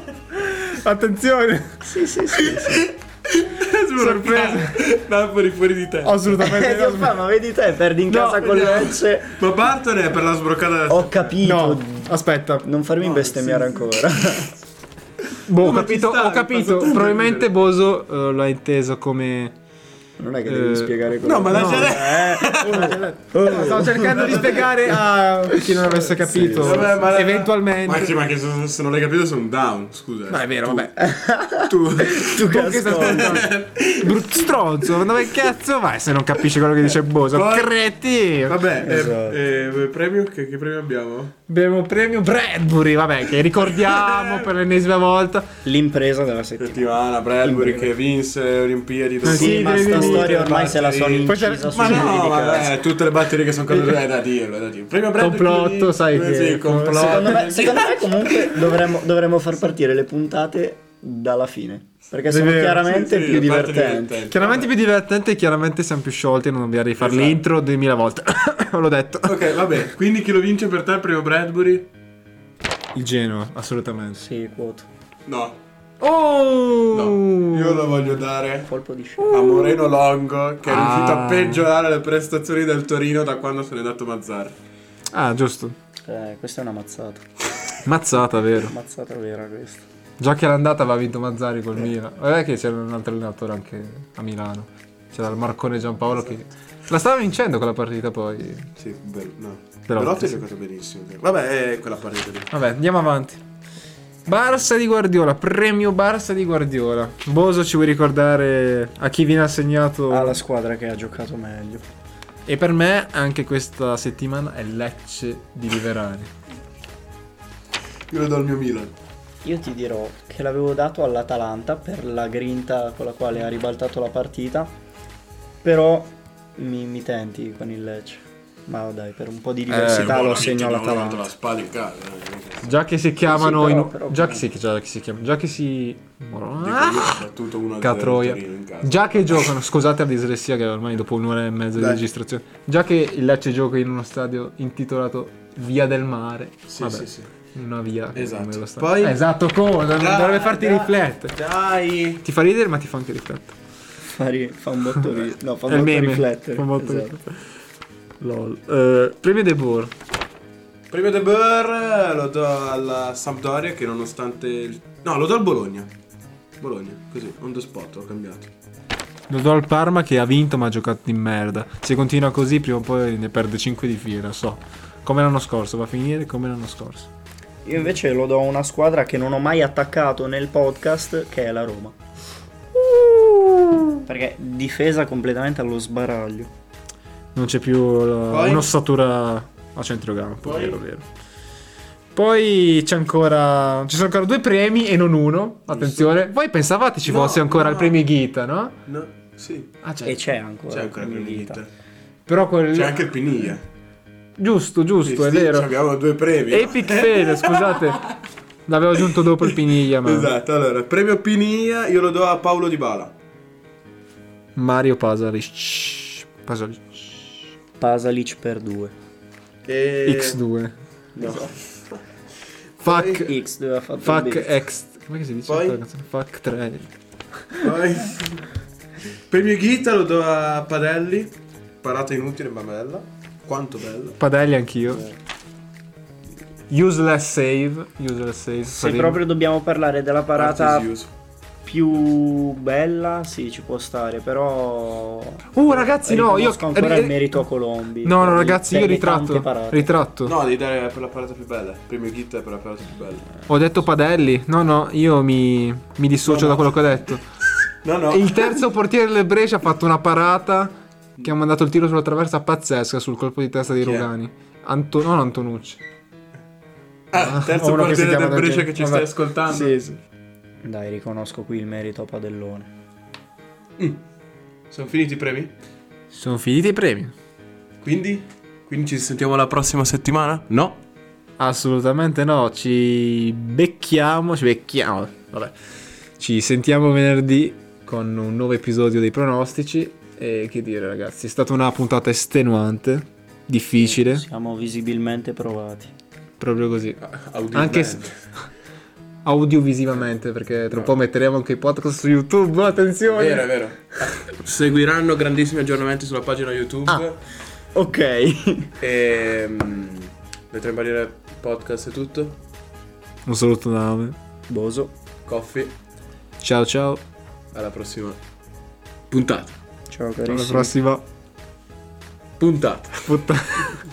Attenzione, Sì, sì, sì, sì. Sorpresa. Napoli fuori di te. assolutamente Eh, Dio fa, ma vedi te, perdi in No, casa con vediamo. Lecce. Ma Barton è per la sbroccata del... Ho capito. No, aspetta. Non farmi No, bestemmiare sì, ancora. Boh, ho No, ma capito, ci sta, ho capito. posso Probabilmente Boso eh, lo ha inteso come... Non è che Eh, devi spiegare cosa. No, ma No. lascia No, stavo cercando di spiegare a chi non avesse capito. Sì, vabbè, ma- eventualmente. Ma, sì, ma che se, se non l'hai capito sono un down, scusa. Ma è vero, Tu- vabbè. Tu... Tu che che stai ascolti. ascoltando? Brutto stronzo, dove cazzo vai se non capisci quello che dice Boso? Poi- Cretino. Vabbè, eh, Esatto. eh, premio? Che, che premio abbiamo? Abbiamo premio Bradbury, vabbè, che ricordiamo per l'ennesima volta. L'impresa della settimana. Settimana, Bradbury In che vinse le Olimpiadi. dopo- Sì, Sì, ma devi sta dire storia ormai se la sono batterie. Poi c'è- incisa Ma sui no, piedi di ma cazzo. eh, tutte le batterie che sono cadute è da dirlo, è da dirlo. Premio Bradbury. Complotto, sai eh, che- Sì, complotto. Secondo me, secondo me comunque dovremmo, dovremmo far partire le puntate dalla fine. Perché sono vero, chiaramente Sì, sì, più la parte divertenti. divertente. Chiaramente più divertente e chiaramente siamo più sciolti e non dobbiamo rifare Esatto. l'intro duemila volte. L'ho detto. Ok, vabbè, quindi chi lo vince per te il premio Bradbury? Il Genoa, assolutamente. Sì, quoto. No, Oh! no. Io lo voglio dare Colpo di scena. a Moreno Longo, che è riuscito Ah. a peggiorare le prestazioni del Torino da quando se n'è dato Mazzarri. Ah, giusto. Eh, questa è una mazzata. Mazzata, vero. Mazzata vera questa. Già che l'andata aveva vinto Mazzari col Milan. Vabbè che c'era un altro allenatore anche a Milano. C'era il Marcone Giampaolo che la stava vincendo quella partita poi. Sì, bello, no. Però- Belotti ha giocato benissimo. Vabbè, è quella partita lì. Vabbè, andiamo avanti. Barça di Guardiola, premio Barça di Guardiola. Boso, ci vuoi ricordare a chi viene assegnato? Ah, la squadra che ha giocato meglio. E per me anche questa settimana è Lecce di Liverani. Io lo do al mio Milan. Io ti dirò che l'avevo dato all'Atalanta per la grinta con la quale ha ribaltato la partita. Però mi, mi tenti con il Lecce. Ma dai, per un po' di diversità Eh, lo buona assegno vita, no, all'Atalanta. la spada in casa. eh, Già che si chiamano Sì, però- in- però- già che si già che si chiamano già che si Dico io, ho battuto uno a zero Catroia. Torino in casa. Già che giocano, scusate la dislessia che ormai dopo un'ora e mezza di Dai. registrazione. Già che il Lecce gioca in uno stadio intitolato Via del Mare. Sì, Vabbè, sì, sì. una via Esatto. come lo stadio. Poi- Eh, esatto, come? Dai, Dovrebbe farti dai, riflettere. Dai. Ti fa ridere, ma ti fa anche riflettere. Fa, ri- fa un botto ri- no, fa È un il botto meme. riflettere. Fa molto Esatto. riflettere. Lol. Eh, premio De Boer. Premio De Boer lo do alla Sampdoria che nonostante il... No, lo do al Bologna. Bologna, così, on the spot, ho cambiato. Lo do al Parma che ha vinto ma ha giocato di merda. Se continua così prima o poi ne perde cinque di fila, so. Come l'anno scorso, va a finire come l'anno scorso. Io invece lo do a una squadra che non ho mai attaccato nel podcast, che è la Roma. Perché difesa completamente allo sbaraglio. Non c'è più la- Poi? un'ossatura a centrocampo, Poi? vero, vero. Poi c'è ancora. Ci sono ancora due premi e non uno. Attenzione. Voi pensavate ci No, fosse ancora no. il premio Ghita, no? No, sì. Ah, c'è. E c'è ancora. C'è ancora il Premio premio Ghita. Ghita. Però quel. C'è anche il Piniglia. Giusto, giusto, è Sì, sì, vero. Abbiamo due premi. Epic fail, scusate. L'avevo aggiunto dopo il Piniglia, ma. Esatto, allora, premio Piniglia io lo do a Paolo Dybala. Mario Pasalic. Pasalic. Pasalic per due. E... X due. No. Fuck. X dove ha fatto Fuck il base. X. Come si dice? Poi? quella canzone? Fuck tre. Poi... Premio Ghita lo do a Padelli. Parata inutile ma bella. Quanto bella. Padelli anch'io. Useless save. Useless save. Se Faremo. proprio dobbiamo parlare della parata Artis Use. più bella, sì, ci può stare, però... Uh, ragazzi, no, io. riconosco ancora ri- il merito a Colombi. No, no, per- ragazzi, per io le ritratto. tante parate. Ritratto. No, devi dare per la parata più bella. Premio Ghita è per la parata più bella. Ho detto Padelli. No, no, io mi, mi dissocio No, no. da quello che ho detto. No, no. Il terzo portiere del Brescia ha fatto una parata che ha mandato il tiro sulla traversa pazzesca sul colpo di testa di Chi è? Rugani. Anto- non Antonucci. Ah, terzo uno che si portiere chiama del del Brescia genere. che ci Vabbè. stai ascoltando. Sì, sì. Dai, riconosco qui il merito a Padellone. Sono finiti i premi? Sono finiti i premi. Quindi? Quindi ci sentiamo la prossima settimana? No? Assolutamente no, ci becchiamo, ci becchiamo, vabbè. Ci sentiamo venerdì con un nuovo episodio dei pronostici e che dire ragazzi, è stata una puntata estenuante, difficile, Siamo visibilmente provati. proprio così. Audio Anche band. s- audiovisivamente, perché tra un po' metteremo anche i podcast su YouTube, attenzione. Vero, è vero. Seguiranno grandissimi aggiornamenti sulla pagina YouTube. Ah. Ok. E mm, le tre barriere podcast e tutto. Un saluto da me. Boso. Coffee. Ciao ciao. Alla prossima puntata. Ciao Alla carissimi. prossima Puntata. puntata.